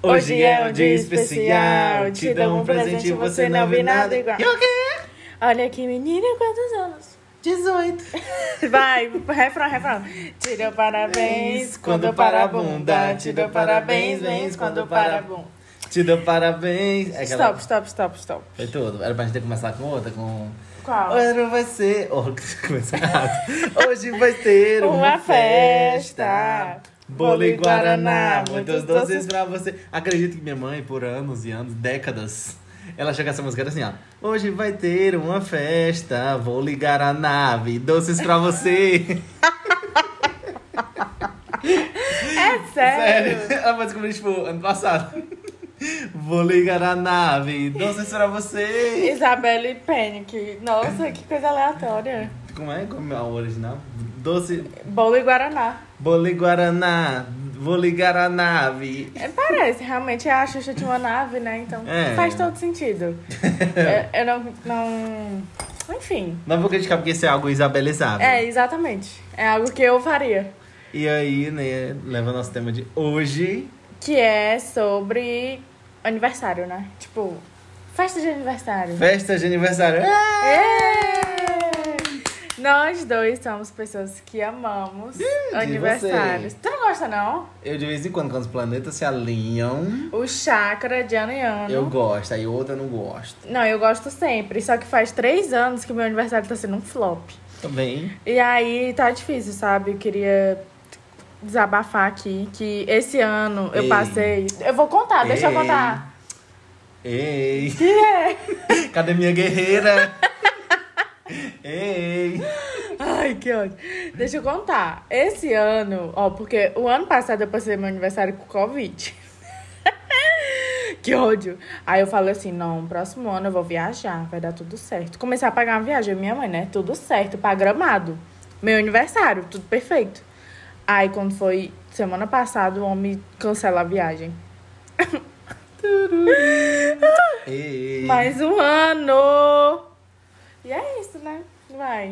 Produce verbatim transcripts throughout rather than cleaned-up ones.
Hoje é um dia especial. Te dou um presente e você não vê nada igual. E o quê? Olha aqui, menina, quantos anos? dezoito. Vai, refrão, refrão. Te dou parabéns quando para a bunda. Te dou parabéns, vens quando para a bunda. Te dou parabéns. É aquela- Stop, stop, stop, stop. Foi tudo. Era pra gente começar com outra, com... Qual? Hoje vai ser... Oh, começou errado. Hoje vai ter uma, Uma festa. festa. Bolo e guaraná, muitos doces pra você. Acredito que minha mãe, por anos e anos, décadas, ela chega essa música era assim, ó. Hoje vai ter uma festa, bolo e guaraná, e doces pra você. É sério? Ela vai descobrir, tipo, ano passado. Bolo e guaraná, e doces pra você. Isabelle Panic. Nossa, que coisa aleatória. Como é? Como é o original? Doce... Bolo e guaraná. Bolo e guaraná, bolo e guaraná, vi. É, parece, realmente a Xuxa tinha uma nave, né? Então É. faz todo sentido. eu, eu não, não... Enfim. Não vou criticar porque isso é algo isabelizável. É, exatamente. É algo que eu faria. E aí, né, leva o nosso tema de hoje. Que é sobre aniversário, né? Tipo, festa de aniversário. Festa de aniversário. É! Nós dois somos pessoas que amamos aniversários. você. Tu não gosta, não? Eu, de vez em quando, quando os planetas se alinham, O chakra de ano em ano. eu gosto. Aí outra eu não gosto. Não, eu gosto sempre. Só que faz três anos que meu aniversário tá sendo um flop. Também. E aí tá difícil, sabe? Eu queria desabafar aqui que esse ano eu Ei. passei... Eu vou contar, deixa eu Ei. contar. Ei. Que é? Cadê minha guerreira? Ei. Ai, que ódio. Deixa eu contar. Esse ano, ó, porque o ano passado eu passei meu aniversário com Covid. Que ódio. Aí eu falei assim, não, próximo ano eu vou viajar, vai dar tudo certo. Comecei a pagar uma viagem, minha mãe, né? Tudo certo, pra Gramado. Meu aniversário, tudo perfeito. Aí quando foi semana passada, o homem cancela a viagem. Ei. Mais um ano! E é isso, né? Vai.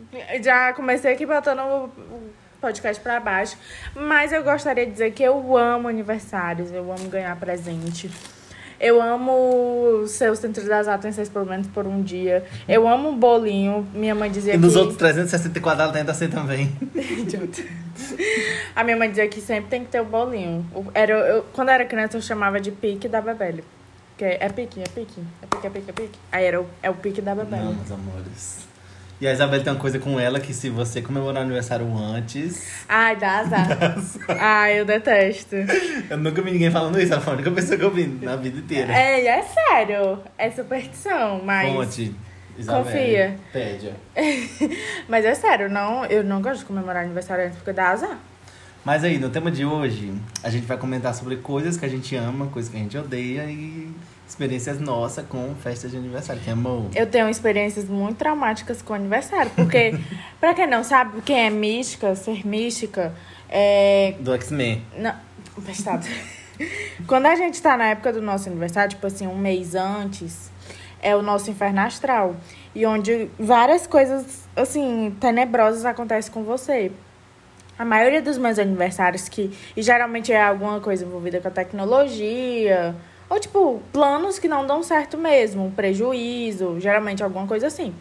Já comecei aqui botando o podcast pra baixo. Mas eu gostaria de dizer que eu amo aniversários. Eu amo ganhar presente. Eu amo ser o centro das atenções, pelo menos por um dia. Eu amo um bolinho. Minha mãe dizia E que... nos outros trezentos e sessenta e quatro ela tenta ser também. Idiota. A minha mãe dizia que sempre tem que ter o bolinho. O- Era, eu, quando eu era criança, eu chamava de pique da Bebele. Que é, é pique, é pique. É pique, é pique, é pique. Aí era o, é o pique da Bebele. Não, meus amores. E a Isabel tem uma coisa com ela que se você comemorar o aniversário antes... Ai, dá azar. Ai, eu detesto. Eu nunca vi ninguém falando isso, ela foi a única pessoa que eu vi na vida inteira. É, é sério. É superstição, mas... Fonte, Isabel. Confia. Pede. Mas é sério, não, eu não gosto de comemorar aniversário antes porque dá azar. Mas aí, no tema de hoje, a gente vai comentar sobre coisas que a gente ama, coisas que a gente odeia e experiências nossas com festas de aniversário, que amor. Eu tenho experiências muito traumáticas com aniversário, porque, pra quem não sabe, quem é mística, ser mística, é... Do X-Men. Não, bestado. Quando a gente tá na época do nosso aniversário, tipo assim, um mês antes, é o nosso inferno astral. E onde várias coisas, assim, tenebrosas acontecem com você. A maioria dos meus aniversários, que e geralmente é alguma coisa envolvida com a tecnologia, ou tipo, planos que não dão certo mesmo, um prejuízo, geralmente alguma coisa assim.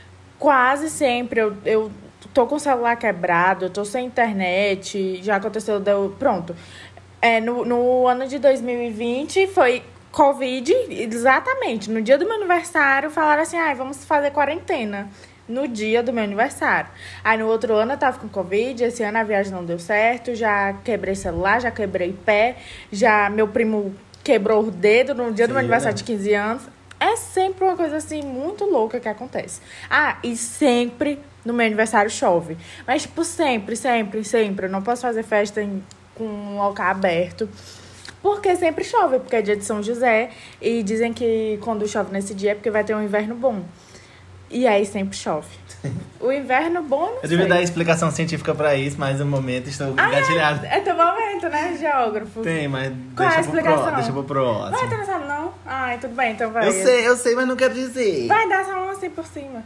Quase sempre eu, eu tô com o celular quebrado, eu tô sem internet, já aconteceu, deu, pronto. É, no, no ano de dois mil e vinte foi Covid, exatamente. No dia do meu aniversário falaram assim, ah, vamos fazer quarentena. No dia do meu aniversário. Aí no outro ano eu tava com Covid, esse ano a viagem não deu certo, já quebrei celular, já quebrei pé, já meu primo quebrou o dedo no dia do meu Sim, aniversário né? de quinze anos. É sempre uma coisa assim muito louca que acontece. Ah, e sempre no meu aniversário chove. Mas tipo, sempre, sempre, sempre. Eu não posso fazer festa em, com um local aberto. Porque sempre chove, porque é dia de São José. E dizem que quando chove nesse dia é porque vai ter um inverno bom. E aí sempre chove. O inverno bom, eu não Eu devia sei. dar explicação científica pra isso, mas no momento estou engatilhado. É teu momento, né, geógrafo? Tem, mas Qual é a deixa pro, explicação? pro, deixa pro Vai, próximo. tu não sabe não? Ai, tudo bem, então vai. Eu sei, eu sei, mas não quero dizer. Vai dar só um assim por cima.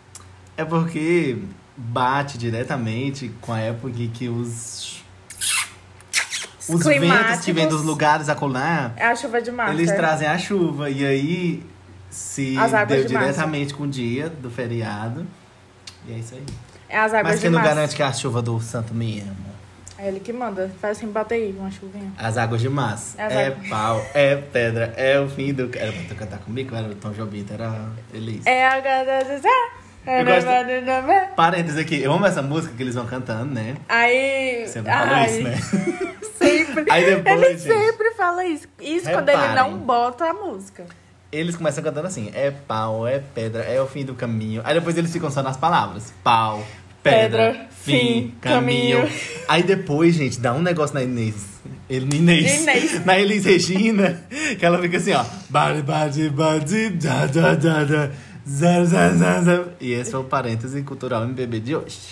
É porque bate diretamente com a época em que os os ventos que vêm dos lugares acolá, é a chuva de março. Eles é? trazem a chuva. E aí se deu de diretamente com o dia do feriado. E é isso aí. É as águas Mas de quem não março. garante que é a chuva do santo mesmo? É ele que manda. Faz assim, bota aí uma chuvinha. As águas de março. As É águas- pau, é pedra, é o fim do... Era pra tu cantar comigo? Era o Tom Jobim, era Elise. É a gata do céu. Eu gosto- Parênteses aqui, eu amo essa música que eles vão cantando, né? Aí. Você não falou ai, isso, né? Sempre. Aí depois, ele gente, sempre fala isso. Isso quando ele reparem. não bota a música. Eles começam cantando assim, é pau, é pedra, é o fim do caminho. Aí depois eles ficam só nas palavras. Pau, pedra, Pedra, fim, fim, caminho. caminho. Aí depois, gente, dá um negócio na Inês. Ele, Inês. Inês. Na Elis Regina, que ela fica assim, ó. Badi, badi, badi, da, da, da, da, za, za, za, za. E esse foi o parêntese cultural M P B de hoje.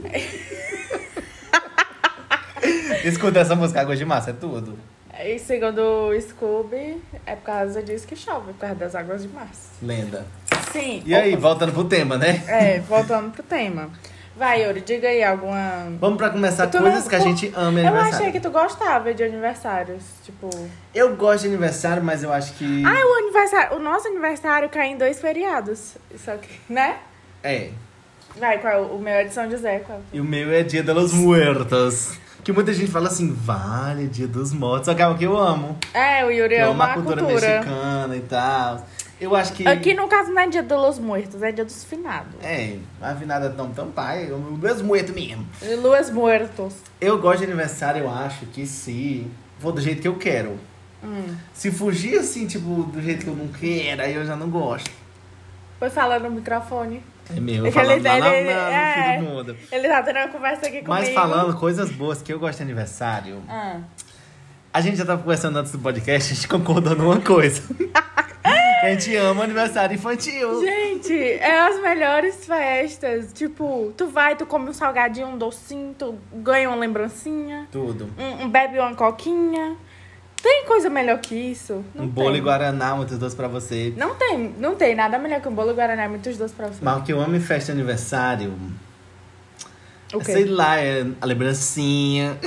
Escuta essa música, Águas de Massa, é tudo. E segundo o Scooby, é por causa disso que chove, por causa das águas de março. Lenda. Sim. E aí, voltando pro tema, né? É, voltando pro tema. Vai, Yuri, diga aí alguma... Vamos pra começar Tu coisas não- que a gente ama em Eu aniversário. achei que tu gostava de aniversários, tipo... Eu gosto de aniversário, mas eu acho que... Ah, o aniversário... O nosso aniversário cai em dois feriados. Isso aqui, né? É. Vai, qual? O meu é de São José, qual? E o meu é Dia de los Muertos. Que muita gente fala assim, vale, Dia dos Mortos. Só que é o que eu amo. É, o Yuri Eu amo ama a a cultura, cultura. mexicana e tal. Eu acho que... Aqui, no caso, não é dia dos mortos, é dia dos finados. É, a vinada não tão pai, o meus muertos mesmo. Luas muertos. Eu gosto de aniversário, eu acho que se... Vou do jeito que eu quero. Hum. Se fugir assim, tipo, do jeito que eu não quero, aí eu já não gosto. Foi falar no microfone. É meu, É eu que ele- falando lá na- ele- na- no é. fim do mundo. Ele tá tendo uma conversa aqui comigo. Mas falando coisas boas que eu gosto de aniversário, Ah. a gente já tava conversando antes do podcast, a gente concordou numa coisa. A gente ama aniversário infantil. Gente, é as melhores festas. Tipo, tu vai, tu come um salgadinho, um docinho, tu ganha uma lembrancinha, Tudo. um, um bebe uma coquinha. Tem coisa melhor que isso? Não um tem. bolo e guaraná, muitos doces pra você. Não tem, não tem nada melhor que um bolo e guaraná e muitos doces pra você. Mas o que eu amo em festa de aniversário, O quê? sei lá, é a lembrancinha.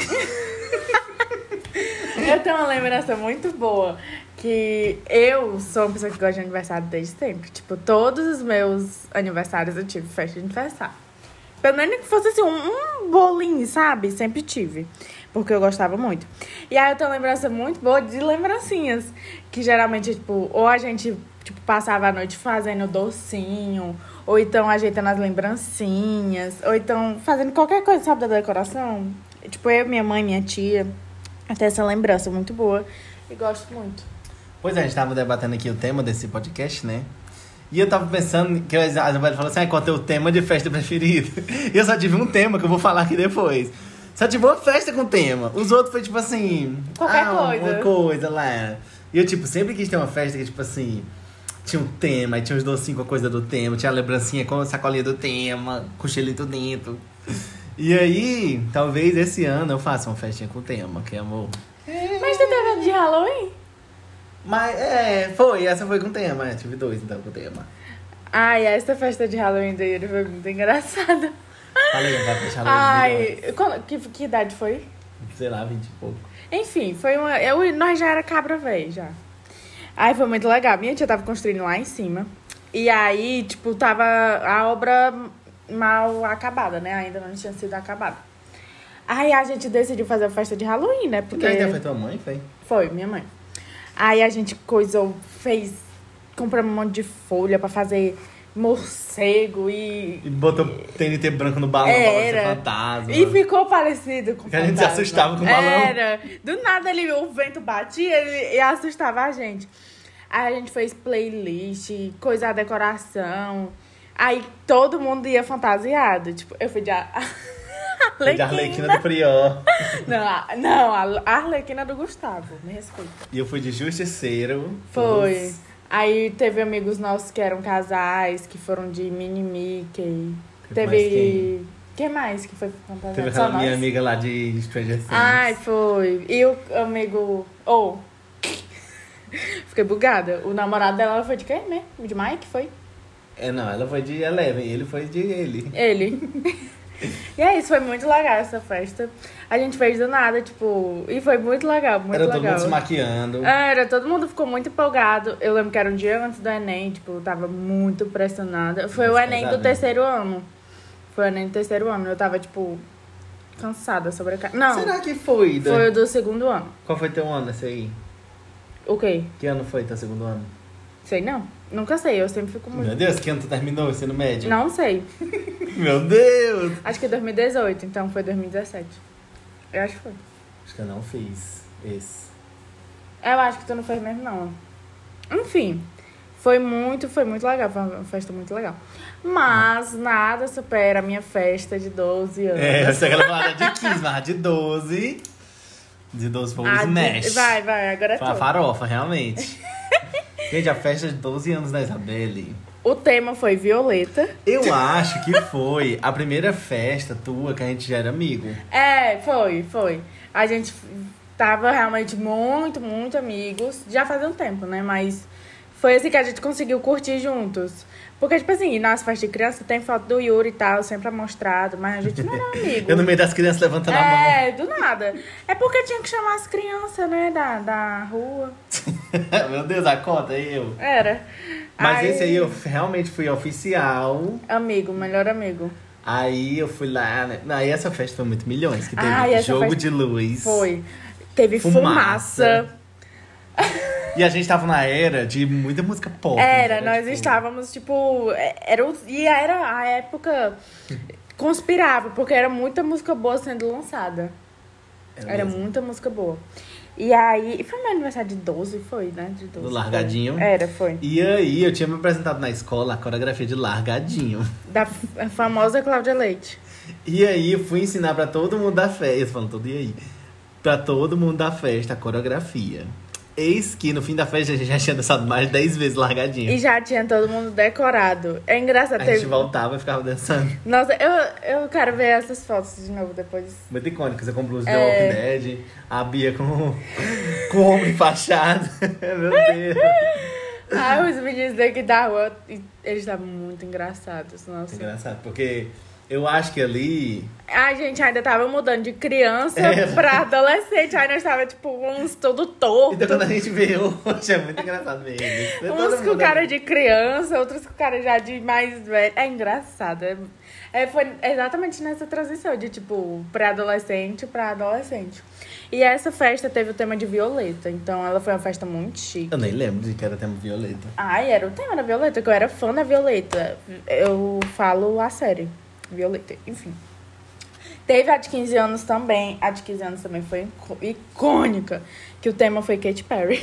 Eu tenho uma lembrança muito boa. Que eu sou uma pessoa que gosta de aniversário desde sempre. Tipo, todos os meus aniversários eu tive festa de aniversário. Pelo menos que fosse assim, um, um bolinho, sabe? Sempre tive. Porque eu gostava muito. E aí eu tenho uma lembrança muito boa de lembrancinhas. Que geralmente, tipo, ou a gente tipo, passava a noite fazendo docinho, ou então ajeitando as lembrancinhas, ou então fazendo qualquer coisa, sabe, da decoração. Tipo, eu, minha mãe, minha tia. Eu tenho essa lembrança muito boa e gosto muito. Pois é, a gente tava debatendo aqui o tema desse podcast, né? E eu tava pensando que a Isabela falou assim, ah, qual é o teu tema de festa preferido? E eu só tive um tema que eu vou falar aqui depois. Só tive uma festa com tema. Os outros foi tipo assim... Qualquer ah, coisa. Uma coisa lá. E eu, tipo, sempre quis ter uma festa que, tipo assim... Tinha um tema, aí tinha uns docinhos com a coisa do tema. Tinha a lembrancinha com a sacolinha do tema, com o xilito dentro. E aí, talvez esse ano eu faça uma festinha com tema, que é amor. Mas tu teve de Halloween? Mas, é, foi. Essa foi com tema. Eu tive dois, então, com tema. Ai, essa festa de Halloween da Yuri foi muito engraçada. Falei, vai fechar Ai, quando- que, que idade foi? sei lá, vinte e pouco. Enfim, foi uma... Eu, nós já era cabra velho, já. Ai, foi muito legal. Minha tia tava construindo lá em cima. E aí, tipo, tava a obra mal acabada, né? Ainda não tinha sido acabada. Aí a gente decidiu fazer a festa de Halloween, né? Porque... Porque... A ideia foi tua mãe, foi? Foi, minha mãe. Aí a gente coisou, fez... Compramos um monte de folha pra fazer morcego e... E botou T N T branco no balão pra Era. ser fantasma. E ficou parecido com Que a gente se fantasma. assustava com o balão. Era. Do nada ele, o vento batia ele, e assustava a gente. Aí a gente fez playlist, coisa a decoração. Aí todo mundo ia fantasiado. Tipo, eu fui de... a- Foi de Arlequina do Prior. Não, a- não, a Arlequina do Gustavo, me respeita. E eu fui de Justiceiro. Foi. Putz. Aí teve amigos nossos que eram casais, que foram de Mini Mickey. Teve Teve... mais quem? Quem mais que foi fantasiado? Teve Só aquela minha nós? amiga lá de Stranger Things. Ai, foi. E o amigo... Ou... Fiquei bugada. O namorado dela foi de quem, né? De Mike, foi? É, não, ela foi de Eleven, ele foi de ele. Ele. E é isso, foi muito legal essa festa. A gente fez do nada, tipo... E foi muito legal, muito era legal. Era todo mundo se maquiando. Era, todo mundo ficou muito empolgado. Eu lembro que era um dia antes do Enem, tipo, eu tava muito pressionada. Foi Nossa, o Enem do terceiro ano. Foi o Enem do terceiro ano. Eu tava, tipo, cansada, sobrecarregada. Não. Será que foi? Da... Foi o do segundo ano. Qual foi teu ano, esse aí? O quê? Que ano foi teu segundo ano? Sei não. Nunca sei, eu sempre fico muito... Meu Deus, que ano tu terminou o ensino médio? Não sei. Meu Deus! Acho que dois mil e dezoito, então foi dois mil e dezessete. Eu acho que foi. Acho que eu não fiz esse. Eu acho que tu não fez mesmo, não. Enfim, foi muito, foi muito legal. Foi uma festa muito legal. Mas nada supera a minha festa de doze anos. É, eu sei que ela falava de quinze, mas de doze... De doze foi o ah, smash. De... Vai, vai, agora é Foi a farofa, realmente. Gente, a festa de doze anos da Isabelle. O tema foi Violeta. Eu acho que foi a primeira festa tua que a gente já era amigo. É, foi, foi. A gente tava realmente muito, muito amigos. Já fazia um tempo, né? Mas foi assim que a gente conseguiu curtir juntos. Porque, tipo assim, nas festas de criança tem foto do Yuri e tal, sempre é mostrado, mas a gente não era amigo. Eu no meio das crianças levantando é, a mão. É, do nada. É porque tinha que chamar as crianças, né, da, da rua. Meu Deus, a cota, eu. Era. Mas aí, esse aí eu realmente fui oficial. Amigo, melhor amigo. Aí eu fui lá, né? Aí essa festa foi muito milhões, que teve Ai, jogo de luz. Foi. Teve fumaça. fumaça. E a gente tava na era de muita música pop. Era, né? nós tipo... estávamos, tipo... Era, e era a época... Conspirava, porque era muita música boa sendo lançada. Era, era muita música boa. E aí... Foi meu aniversário de doze, foi, né? De doze. Do Largadinho. Foi. Era, foi. E aí, eu tinha me apresentado na escola a coreografia de Largadinho. Da famosa Cláudia Leite. E aí, eu fui ensinar pra todo mundo da festa. Falando todo e aí. Pra todo mundo da festa a coreografia. Eis que no fim da festa a gente já tinha dançado mais de dez vezes Largadinho. E já tinha todo mundo decorado. É engraçado. A teve... gente voltava e ficava dançando. Nossa, eu, eu quero ver essas fotos de novo depois. Muito icônica. Você com blusa de É... Walking Dead. A Bia com, com o ombro enfaixado. Meu Deus. Ah, os meninos daqui da rua, eles estavam muito engraçados. Nossa. Engraçado, porque eu acho que ali... A gente ainda tava mudando de criança é. pra adolescente. Aí nós tava, tipo, uns todo torto. Então quando a gente vê hoje, é muito engraçado ver eles. Uns com cara de criança, outros com cara já de mais velho. É engraçado. É, é, foi exatamente nessa transição de, tipo, pré-adolescente pra adolescente. E essa festa teve o tema de Violeta. Então ela foi uma festa muito chique. Eu nem lembro de que era tema Violeta. Ai, era o tema da Violeta, que eu era fã da Violeta. Eu falo a série. Violeta, enfim. Teve a de quinze anos também. A de quinze anos também foi icônica. Que o tema foi Katy Perry.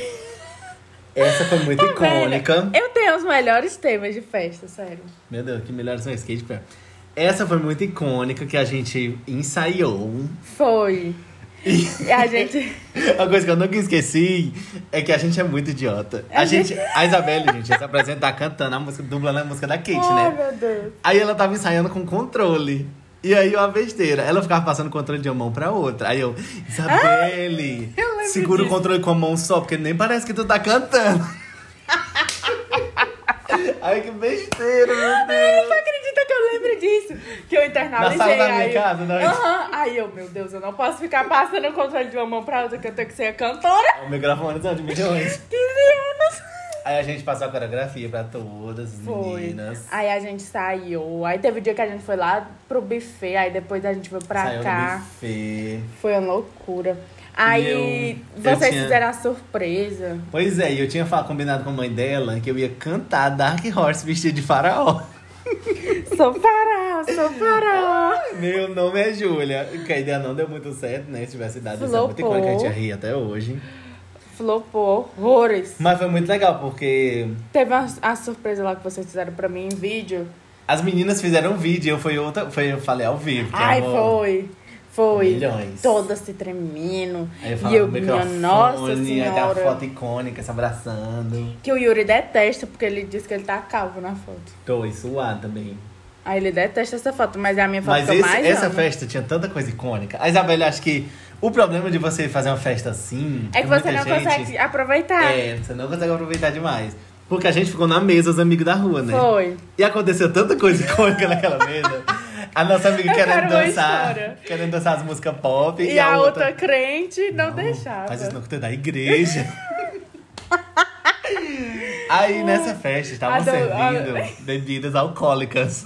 Essa foi muito tá icônica. Vendo? Eu tenho os melhores temas de festa, sério. Meu Deus, que melhores são esses, Katy Perry. Essa foi muito icônica, que a gente ensaiou. Foi. E a gente... Uma coisa que eu nunca esqueci é que a gente é muito idiota. A, a, gente... gente... a Isabelle, gente, ia se apresentar cantando a música, dublando a música da Kate, Ai, né? Ai, meu Deus. Aí ela tava ensaiando com controle. E aí, uma besteira. Ela ficava passando o controle de uma mão pra outra. Aí eu, Isabelle, ah, segura disso. O controle com a mão só, porque nem parece que tu tá cantando. Ai, que besteira, meu Deus. Você acredita que eu lembro disso? Que eu internalizei. Na sala da minha aí, casa, não é? Aham. Aí eu, meu Deus, eu não posso ficar passando o controle de uma mão pra outra, que eu tenho que ser a cantora. O microfone são de milhões. quinze anos. Aí a gente passou a coreografia pra todas as foi. meninas. Aí a gente saiu. Aí teve o dia que a gente foi lá pro buffet. Aí depois a gente foi pra saiu cá. No buffet. Foi uma loucura. Aí eu, vocês eu tinha... fizeram a surpresa. Pois é, e eu tinha combinado com a mãe dela que eu ia cantar Dark Horse vestido de faraó. Sou faraó, sou faraó. Meu nome é Júlia. Que a ideia não deu muito certo, né? Se tivesse dado essa muito icônica, a gente ia rir até hoje. Flopou horrores. Mas foi muito legal, porque... Teve a, a surpresa lá que vocês fizeram pra mim em vídeo. As meninas fizeram um vídeo, eu, foi outra, foi, eu falei ao vivo. Ai, foi. Foi. Milhões. Todas se tremendo. Aí eu e eu, minha nossa senhora. Aquela foto icônica, se abraçando. Que o Yuri detesta, porque ele diz que ele tá calvo na foto. Tô, e suado também. Aí ele detesta essa foto, mas é a minha foto mas que eu esse, mais essa amo. festa tinha tanta coisa icônica. A Isabelle, acho que o problema de você fazer uma festa assim... É que você não gente, consegue aproveitar. É, você não consegue aproveitar demais. Porque a gente ficou na mesa, os amigos da rua, né? Foi. E aconteceu tanta coisa icônica naquela mesa. A nossa amiga Eu querendo quero uma dançar. história. Querendo dançar as músicas pop. E, E, a, a outra, crente não, Não, deixava. Faz isso não, que tu é da igreja. Aí nessa festa estavam Adoro- servindo adoro. bebidas alcoólicas.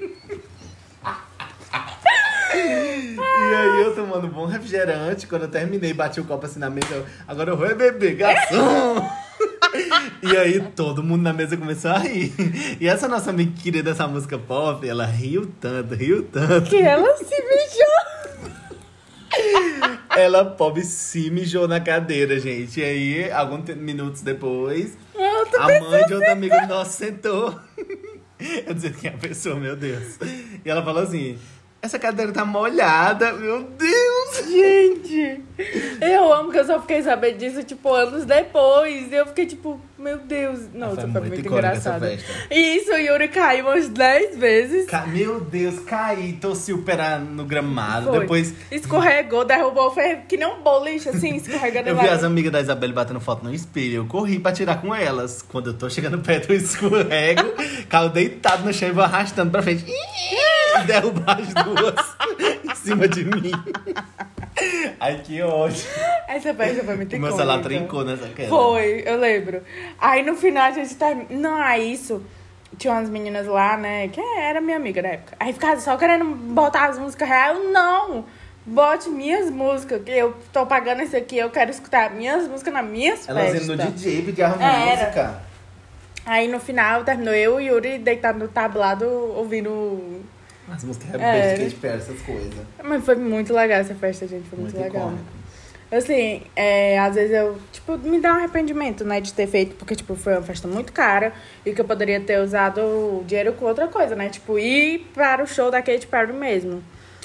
E aí eu tomando um bom refrigerante, quando eu terminei, bati o copo assim na mesa, eu, agora eu vou é beber, garçom! E aí todo mundo na mesa começou a rir. E essa nossa amiga querida dessa música pop, ela riu tanto, riu tanto. Que ela se mijou. Ela, pobre, se mijou na cadeira, gente. E aí, alguns te- minutos depois, Outra a mãe de outro amigo nosso sentou. Eu dizia que é a pessoa, meu Deus. E ela falou assim, essa cadeira tá molhada, meu Deus. Gente, eu amo que eu só fiquei sabendo disso, tipo, anos depois. E eu fiquei, tipo, meu Deus. Não, Foi isso foi muito muito icônica essa engraçado. festa. E isso, o Yuri caiu umas dez vezes. Ca- Meu Deus, caí, torci o pé na- no gramado. Foi. Depois Escorregou, derrubou, foi que nem um boliche, assim, escorregando. eu lá. vi as amigas da Isabelle batendo foto no espelho. Eu corri pra tirar com elas. Quando eu tô chegando perto, eu escorrego, caiu deitado no chão e vou arrastando pra frente. E derrubar as duas em cima de mim. Ai, que ódio. Essa festa foi muito O meu icônica. celular trincou nessa queda. Foi, eu lembro. Aí no final a gente terminou. Não, é isso. Tinha umas meninas lá, né? Que era minha amiga na época. Aí ficava só querendo botar as músicas reais. Eu não! Bote minhas músicas, que eu tô pagando isso aqui, eu quero escutar minhas músicas nas minhas Elas festas. indo no D J, pedir arrumar Era. música. Aí no final terminou eu e o Yuri deitado no tablado ouvindo. As músicas É. rebeldes, Katy Perry, essas coisas. Mas foi muito legal essa festa, gente. Foi muito, Muito legal. icônico. Assim, é, às vezes eu, tipo, me dá um arrependimento, né, de ter feito, porque, tipo, foi uma festa muito cara e que eu poderia ter usado o dinheiro com outra coisa, né? Tipo, ir para o show da Katy Perry mesmo.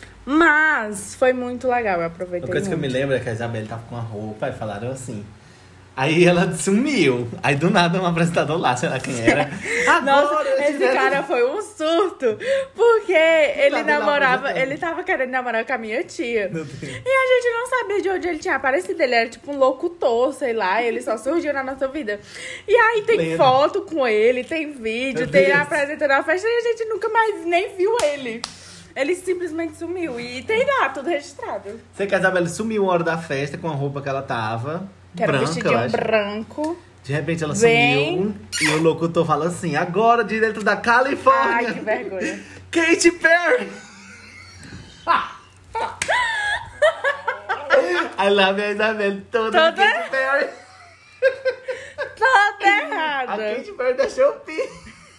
Mas foi muito legal, eu aproveitei Uma coisa que eu muito. me lembro é que a Isabelle tava com uma roupa e falaram assim. Aí ela sumiu. Aí do nada um apresentador lá, sei lá quem era. Nossa, Agora, esse tivemos- cara foi um surto, porque ele Lá do lado namorava, apresentando. ele tava querendo namorar com a minha tia. Meu Deus. E a gente não sabia de onde ele tinha aparecido. Ele era tipo um locutor, sei lá. Ele só surgiu na nossa vida. E aí tem Lendo. foto com ele, tem vídeo, Meu tem Deus. apresentando a festa. E a gente nunca mais nem viu ele. Ele simplesmente sumiu. E tem lá, tudo registrado. Sei que a Isabelle sumiu uma hora da festa com a roupa que ela tava. Que era um branca, eu vestidinho acho. branco. De repente ela Bem- sumiu e o locutor fala assim, agora direto da Ai, Califórnia, que vergonha. Katy Perry! Aí lá vem a Isabelle toda Toda- de Katy Perry. Toda A errada. Katy Perry da Shopee.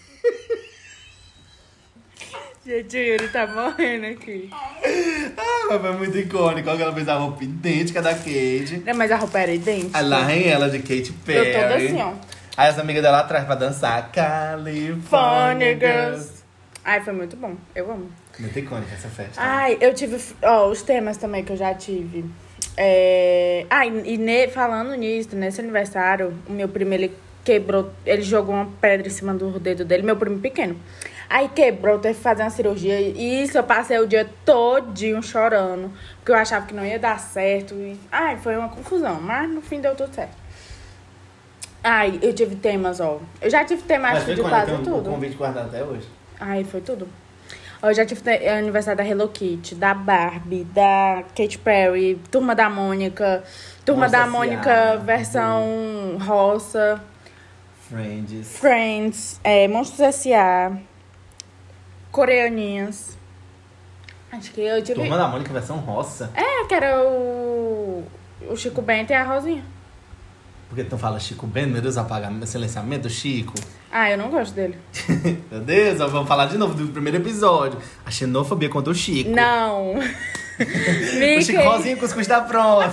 Gente, o Yuri tá morrendo aqui. Ah, mas foi muito icônico. Olha, ela fez a roupa idêntica da Kate. Não, mas a roupa era idêntica. Aí lá vem ela de Katy Perry. Eu toda assim, ó. Aí as amigas dela atrás pra dançar. California Funny Girls. Girls. Ai, foi muito bom. Eu amo. Muito icônica essa festa. Ai, eu tive. Ó, os temas também que eu já tive. É... Ah, e, e ne- falando nisso, nesse aniversário, o meu primo, ele quebrou. Ele jogou uma pedra em cima do dedo dele, meu primo pequeno. Aí quebrou, teve que fazer uma cirurgia. E isso eu passei o dia todinho chorando. Porque eu achava que não ia dar certo. E... Ai, foi uma confusão. Mas no fim deu tudo certo. Ai, eu tive temas, ó. Eu já tive tema, acho que de quando quase tem um tudo. convite guardado até hoje. Ai, foi tudo. Ó, eu já tive te- aniversário da Hello Kitty, da Barbie, da Katy Perry, Turma da Mônica, Turma Monstro da S A, Mônica versão roça, Friends. Friends, é, Monstros S A, Coreaninhas. Acho que eu tive... Turma da Mônica versão roça. É, que era o, o Chico Bento e a Rosinha. Porque tu não fala Chico Bento, meu Deus, apaga silenciamento, Chico. Ah, eu não gosto dele. Meu Deus, ó, vamos falar de novo do primeiro episódio. A xenofobia contra o Chico. Não. O Mickey, Chico Rosinha, cuscuz tá pronto.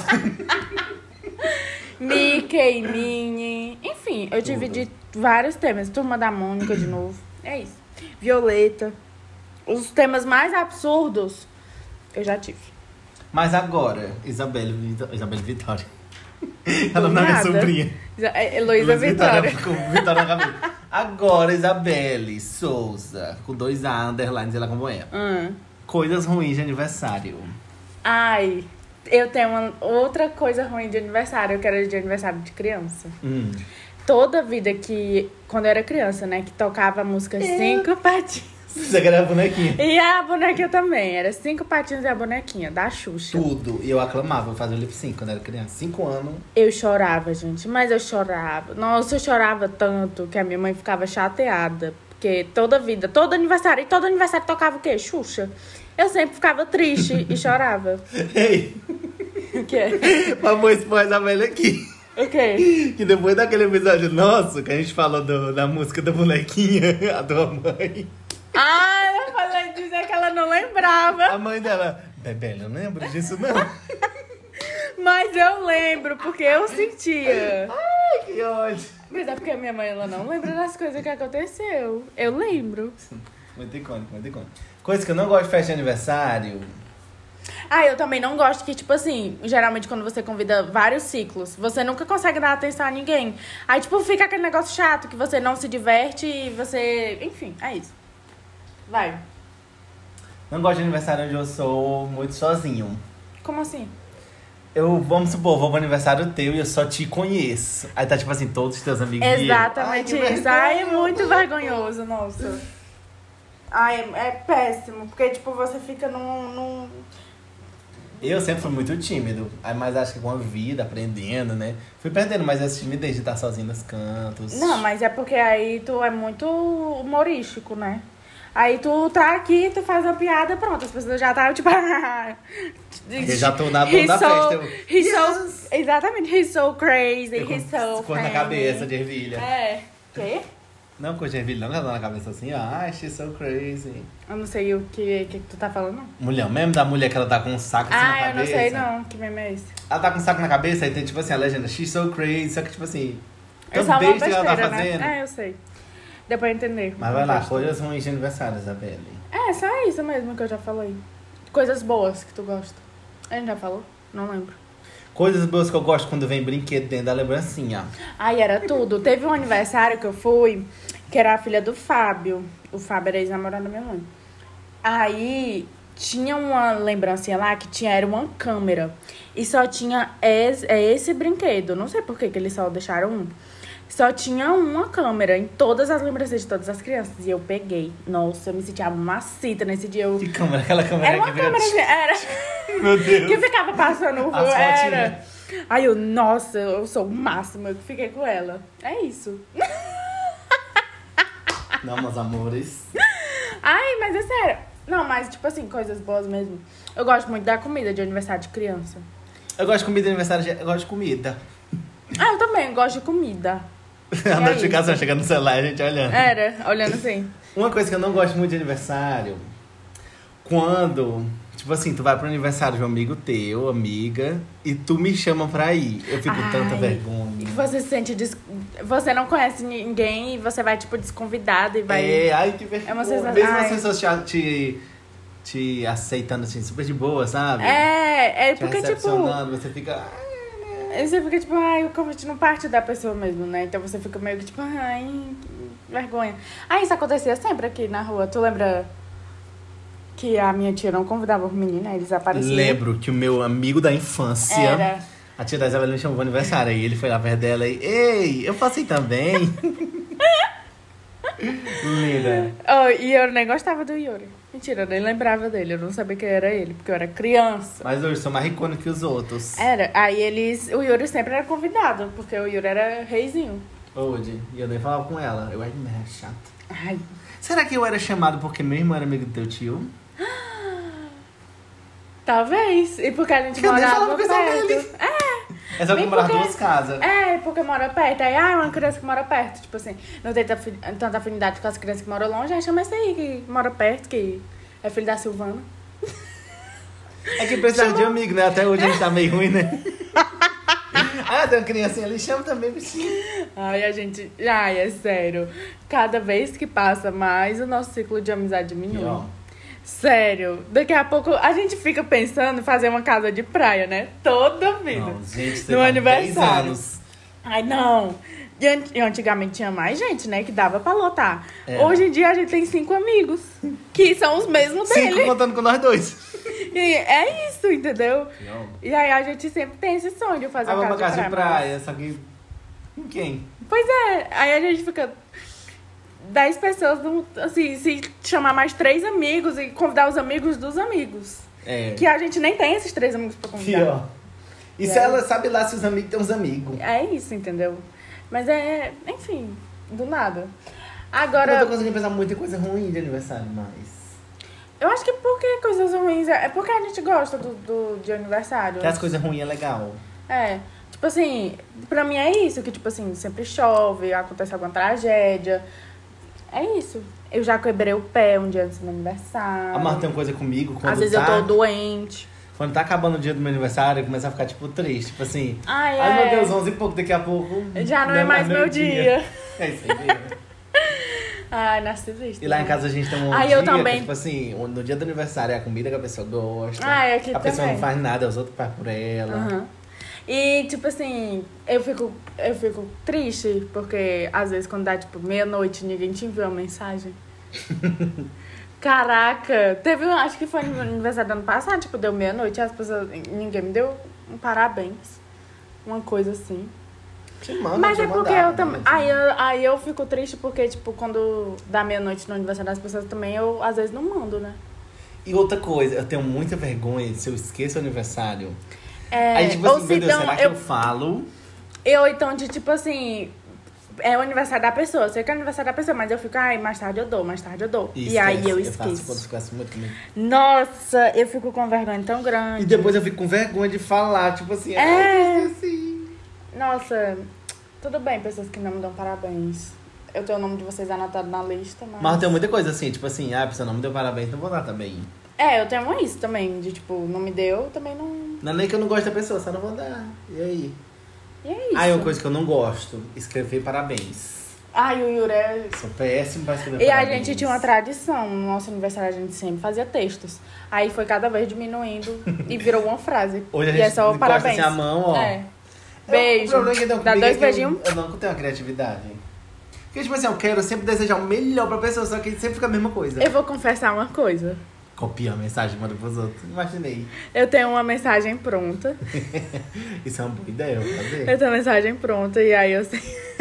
Mickey, Minnie. Enfim, eu tive de vários temas. Turma da Mônica de novo. É isso. Violeta. Os temas mais absurdos eu já tive. Mas agora, Isabelle, Vito- Isabelle Vitória. Ela Do não é minha nada. sobrinha. É Heloísa Luiz Vitória. ficou Vitória na cabeça. Agora, Isabelle Souza, com dois A, underlines, ela como é. Hum. Coisas ruins de aniversário. Ai, eu tenho uma outra coisa ruim de aniversário. Eu quero de aniversário de criança. Hum. Toda vida que, quando eu era criança, né, que tocava a música Cinco Patinhos. Você queria a bonequinha? E a bonequinha também. Era cinco patinhos e a bonequinha, da Xuxa. Tudo. E eu aclamava, eu fazia o lip sync quando era criança. Cinco anos. Eu chorava, gente. Mas eu chorava. Nossa, eu chorava tanto que a minha mãe ficava chateada. Porque toda vida, todo aniversário, e todo aniversário tocava o quê? Xuxa. Eu sempre ficava triste e chorava. Ei! O quê? Vamos expor essa velha aqui. O quê? Que depois daquele episódio nosso, que a gente falou do, da música da bonequinha, a tua mãe. Ah, eu falei dizer que ela não lembrava. A mãe dela, Bebê, eu não lembro disso não. Mas eu lembro, porque eu sentia. Ai, que ódio. Mas é porque a minha mãe, ela não lembra das coisas que aconteceu. Eu lembro. Muito icônico, muito icônico. Coisa que eu não gosto de festa de aniversário. Ah, eu também não gosto que, tipo assim, geralmente quando você convida vários ciclos, você nunca consegue dar atenção a ninguém. Aí, tipo, fica aquele negócio chato que você não se diverte e você... Enfim, é isso. Vai. Não gosto de aniversário onde eu sou muito sozinho. Como assim? Eu, vamos supor, vou pro aniversário teu e eu só te conheço. Aí tá tipo assim, todos os teus amigos. Exatamente e eu. Ai, isso. Ai, é muito vergonhoso, nossa. Ai, é, é péssimo, porque, tipo, você fica num... num... Eu sempre fui muito tímido, aí, mas acho que com a vida, aprendendo, né? Fui perdendo mais essa timidez de estar sozinho nos cantos. Não, mas é porque aí tu é muito humorístico, né? Aí tu tá aqui, tu faz uma piada, pronto, as pessoas já tá tipo... Eu já tô na banda da so, festa. Eu... He's so, exatamente, he's so crazy, eu he's com, so com na funny. cabeça de ervilha. É. Quê? Não com de ervilha, não, ela na cabeça assim, ah, she's so crazy. Eu não sei o que, que, que tu tá falando, não. Mulher, mesmo da mulher que ela tá com um saco assim ah, na cabeça. Ah, eu não sei não, que meme é esse? Ela tá com um saco na cabeça, aí tem tipo assim, a legenda, she's so crazy, só que tipo assim... É só uma beijo que besteira, ela tá fazendo. né? É, eu sei. Deu pra entender. Mas vai lá, coisas ruins de aniversário, Isabelle. É, só isso mesmo que eu já falei. Coisas boas que tu gosta. A gente já falou? Não lembro. Coisas boas que eu gosto quando vem brinquedo dentro da lembrancinha. Ai, era tudo. Teve um aniversário que eu fui, que era a filha do Fábio. O Fábio era ex-namorado da minha mãe. Aí, tinha uma lembrancinha lá que tinha, era uma câmera. E só tinha esse, é esse brinquedo. Não sei por que que eles só deixaram um. Só tinha uma câmera em todas as lembranças de todas as crianças. E eu peguei. Nossa, eu me sentia mamacita nesse dia. Eu... Que câmera? Aquela câmera Era uma que câmera, fica... era... Meu Deus. Que ficava passando o As era. Aí eu, nossa, eu sou o máximo. Eu fiquei com ela. É isso. Não, meus amores. Ai, mas é sério. Não, mas tipo assim, coisas boas mesmo. Eu gosto muito da comida de aniversário de criança. Eu gosto de comida de aniversário, eu gosto de comida. Ah, eu também gosto de comida. A notificação isso? chegando no celular, a gente olhando. Era, olhando assim. Uma coisa que eu não gosto muito de aniversário, quando, tipo assim, tu vai pro aniversário de um amigo teu, amiga, e tu me chama pra ir. Eu fico com tanta Ai, vergonha. E você se sente... Des... Você não conhece ninguém e você vai, tipo, desconvidado e vai... É, ai, que vergonha. É uma sensação- Mesmo ai. as pessoas te, te, te aceitando assim, super de boa, sabe? É, é Te porque, tipo... recepcionando, você fica... Você fica tipo, ai, o convite não parte da pessoa mesmo, né? Então você fica meio que tipo, ai, que vergonha. Ah, isso acontecia sempre aqui na rua. Tu lembra que a minha tia não convidava os meninos, eles apareciam? Lembro que o meu amigo da infância, Era. a tia da Isabela me chamou pro aniversário. Aí ele foi lá perto dela e, ei, eu faço aí também. Linda. Oh, e eu nem gostava do Yuri. Mentira, eu nem lembrava dele. Eu não sabia que era ele, porque eu era criança. Mas hoje sou mais icônico que os outros. Era. Aí eles... O Yuri sempre era convidado, porque o Yuri era reizinho. Hoje. E eu nem falava com ela. Eu era merda chata. Ai. Será que eu era chamado porque meu irmão era amigo do teu tio? Talvez. E porque a gente Eu nem morava falava com esse perto. dele. É. É só que Bem morava porque- duas casas. É, porque mora perto. Aí, ah, é uma criança que mora perto. Tipo assim, não tem tanta afi- tanta afinidade com as crianças que moram longe. Aí chama esse aí que mora perto, que é filho da Silvana. É que precisa de amigo, né? Até hoje a gente tá meio ruim, né? Ah, tem uma criancinha ali, chama também, bichinho. Ai, a gente... Ai, é sério. Cada vez que passa mais, o nosso ciclo de amizade diminui. E, ó, Sério. Daqui a pouco a gente fica pensando em fazer uma casa de praia, né? Toda vida. não, gente, você No tá aniversário. dez anos. Ai, não. E, an- e antigamente tinha mais gente, né? Que dava pra lotar. É. Hoje em dia a gente tem cinco amigos. Que são os mesmos Cinco dele. contando com nós dois. E é isso, entendeu? Não. E aí a gente sempre tem esse sonho de fazer Ah, uma vamos casa, pra casa de praia. praia, só que... Com quem? Pois é. Aí a gente fica... dez pessoas, assim, se chamar mais três amigos e convidar os amigos dos amigos. É. Que a gente nem tem esses três amigos pra convidar. Aqui, ó. E, e se é ela sabe lá se os amigos têm uns amigos. É isso, entendeu? Mas é, enfim, do nada. Agora... Eu não tô conseguindo pensar muito em coisa ruim de aniversário, mas... Eu acho que porque coisas ruins... É porque a gente gosta do, do, de aniversário. Que as coisas ruins é legal. É. Tipo assim, pra mim é isso. Que, tipo assim, sempre chove, acontece alguma tragédia. É isso. Eu já quebrei o pé um dia antes do meu aniversário. A Marta tem uma coisa comigo quando Às vezes tá... eu tô doente. Quando tá acabando o dia do meu aniversário, eu começo a ficar, tipo, triste. Tipo assim... Ai, Ai, é. meu Deus, onze e pouco, daqui a pouco... Já não, não é mais meu dia. dia. É isso aí mesmo. Ai, narcisista. E lá em casa a gente tem um Ai, dia eu também. que, tipo assim, no dia do aniversário é a comida que a pessoa gosta. Ai, aqui a também. pessoa não faz nada, os outros fazem por ela. Uhum. E, tipo assim, eu fico, eu fico triste, porque às vezes quando dá, tipo, meia-noite, ninguém te enviou uma mensagem. Caraca! Teve, acho que foi no aniversário do ano passado, tipo, deu meia-noite, as pessoas, ninguém me deu um parabéns. Uma coisa assim. Te manda, Mas te é porque mandar, eu também. Aí, eu, aí eu fico triste porque, tipo, quando dá meia-noite no aniversário das pessoas também, eu às vezes não mando, né? E outra coisa, eu tenho muita vergonha se eu esqueço o aniversário. É, aí, tipo ou assim, se meu Deus, então, será que eu, eu falo? Eu, então, de tipo assim. É o aniversário da pessoa, eu sei que é o aniversário da pessoa, mas eu fico, ai, mais tarde eu dou, mais tarde eu dou. E e aí esquece, eu eu faço esqueço. quando ficasse muito comigo. Nossa, eu fico com vergonha tão grande. E depois eu fico com vergonha de falar, tipo assim, É. ai, eu esqueci. Nossa, tudo bem, pessoas que não me dão parabéns. Eu tenho o nome de vocês anotado na lista, mas... Mas tem muita coisa assim, tipo assim, ah, a pessoa não me deu parabéns, não vou dar também. É, eu tenho isso também, de tipo, não me deu, também não... Não é nem que eu não gosto da pessoa, só não vou dar. E aí? E é isso. Ah, é uma coisa que eu não gosto, escrever parabéns. Ai, o Yuri é... Sou péssimo pra escrever E parabéns. a gente tinha uma tradição, no nosso aniversário a gente sempre fazia textos. Aí foi cada vez diminuindo e virou uma frase. Hoje a e gente é só encosta parabéns. assim a mão, ó. É. Beijo. Eu, o problema que dá Dá comigo dois é que eu- beijinhos. Eu, não tenho uma criatividade. Porque, tipo assim, eu quero sempre desejar o melhor pra pessoa, só que sempre fica a mesma coisa. Eu vou confessar uma coisa. Copia a mensagem e manda pros outros. Imaginei. Eu tenho uma mensagem pronta. Isso é uma boa ideia, eu vou fazer. Eu tenho uma mensagem pronta e aí eu sei.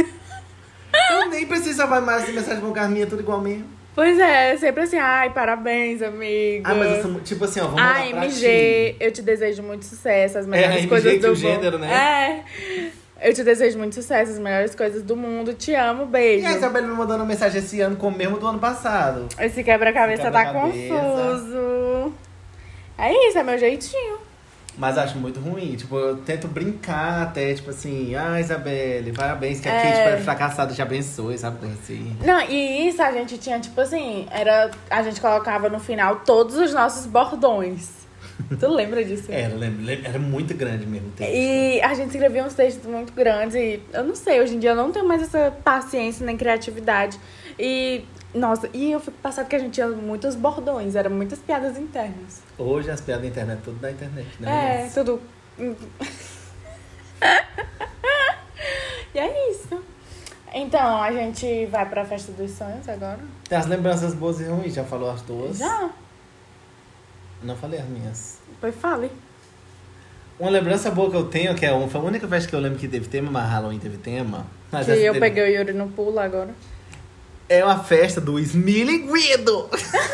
Eu nem preciso salvar mais essa mensagem com Carminha, tudo igual mesmo. Pois é, sempre assim, ai, parabéns, amiga. Ah, mas eu sou, tipo assim, ó, vamos Ai, mandar pra M G, ti. eu te desejo muito sucesso, as melhores É, M G coisas que do o mundo. gênero, né? É. Eu te desejo muito sucesso, as melhores coisas do mundo. Te amo, E beijo. a Isabela me mandando uma mensagem esse ano com o mesmo do ano passado. Esse quebra-cabeça Esse tá quebra-cabeça. confuso. É isso, é meu jeitinho. Mas acho muito ruim. Tipo, eu tento brincar até, tipo assim, ah, Isabelle, parabéns, que a É. Kate para fracassada te abençoe, sabe? Coisa assim. Não, e isso a gente tinha, tipo assim, era. A gente colocava no final todos os nossos bordões. Tu lembra disso? Era, eu lembro, lembro, era muito grande mesmo o texto. E a gente escrevia uns textos muito grandes e eu não sei, hoje em dia eu não tenho mais essa paciência nem criatividade. E, nossa, e eu fico passado que a gente tinha muitos bordões, eram muitas piadas internas. Hoje as piadas da internet, tudo da internet, né? É, Mas- tudo. E é isso. Então, a gente vai pra festa dos sonhos agora? Tem as lembranças boas e ruins, já falou as duas. Já. Não falei as minhas. Pois fale. Uma lembrança boa que eu tenho, que é uma, foi a única festa que eu lembro que teve tema, mas Halloween teve tema. Mas Que essa eu teve- peguei o Yuri no pulo agora. É uma festa do Esmilinguido.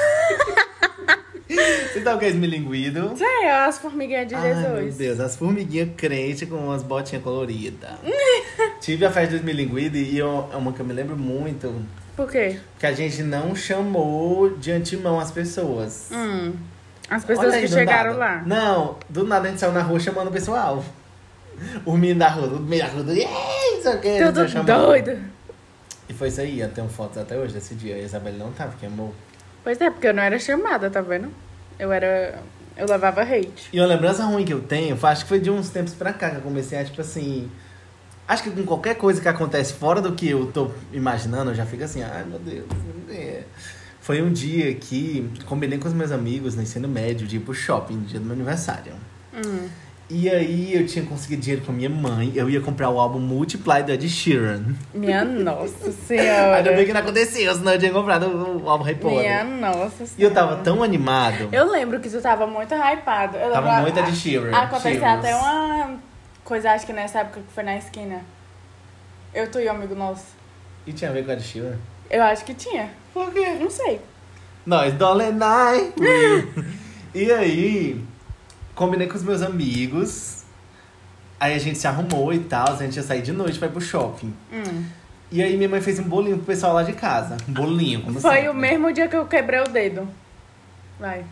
Você sabe o que é Esmilinguido? Sei, é as formiguinhas de Ai, meu Jesus. Deus, as formiguinhas crentes com umas botinhas coloridas. Tive a festa do Esmilinguido e eu- é uma que eu me lembro muito, Por quê? que a gente não chamou de antemão as pessoas. Hum. As pessoas Olha aí, que do chegaram nada. lá. Não, do nada a gente saiu na rua chamando o pessoal. O menino da rua, o menino da rua, do "Ei, não sei o que, Tudo eles chamando. doido. E foi isso aí, eu tenho fotos até hoje desse dia. A Isabelle não tava, queimou. Pois é, porque eu não era chamada, tá vendo? Eu era... Eu levava hate. E uma lembrança ruim que eu tenho, foi- acho que foi de uns tempos pra cá que eu comecei a, tipo assim... Acho que com qualquer coisa que acontece fora do que eu tô imaginando, eu já fico assim, ai meu Deus. é. Foi um dia que combinei com os meus amigos no ensino médio de ir pro shopping no dia do meu aniversário. Hum. E aí eu tinha conseguido dinheiro com a minha mãe, eu ia comprar o álbum Multiply do Ed Sheeran. Minha nossa senhora. Ainda bem que não aconteceu, senão eu tinha comprado o álbum Harry Potter. Minha nossa senhora. E eu tava tão animado. Eu lembro que tu tava muito hypado. Eu Tava lembro- muito a- de Sheeran. Aconteceu Sheeran. até uma coisa, acho que nessa época que foi na esquina. Eu, tu e o amigo nosso. E tinha a ver com o Ed Sheeran? Eu acho que tinha. Por quê? Não sei. Nós, Dolenai. E aí, combinei com os meus amigos. Aí a gente se arrumou e tal. A gente ia sair de noite pra ir pro shopping. Hum. E aí minha mãe fez um bolinho pro pessoal lá de casa. Um bolinho, como Foi sempre. o mesmo dia que eu quebrei o dedo. Vai.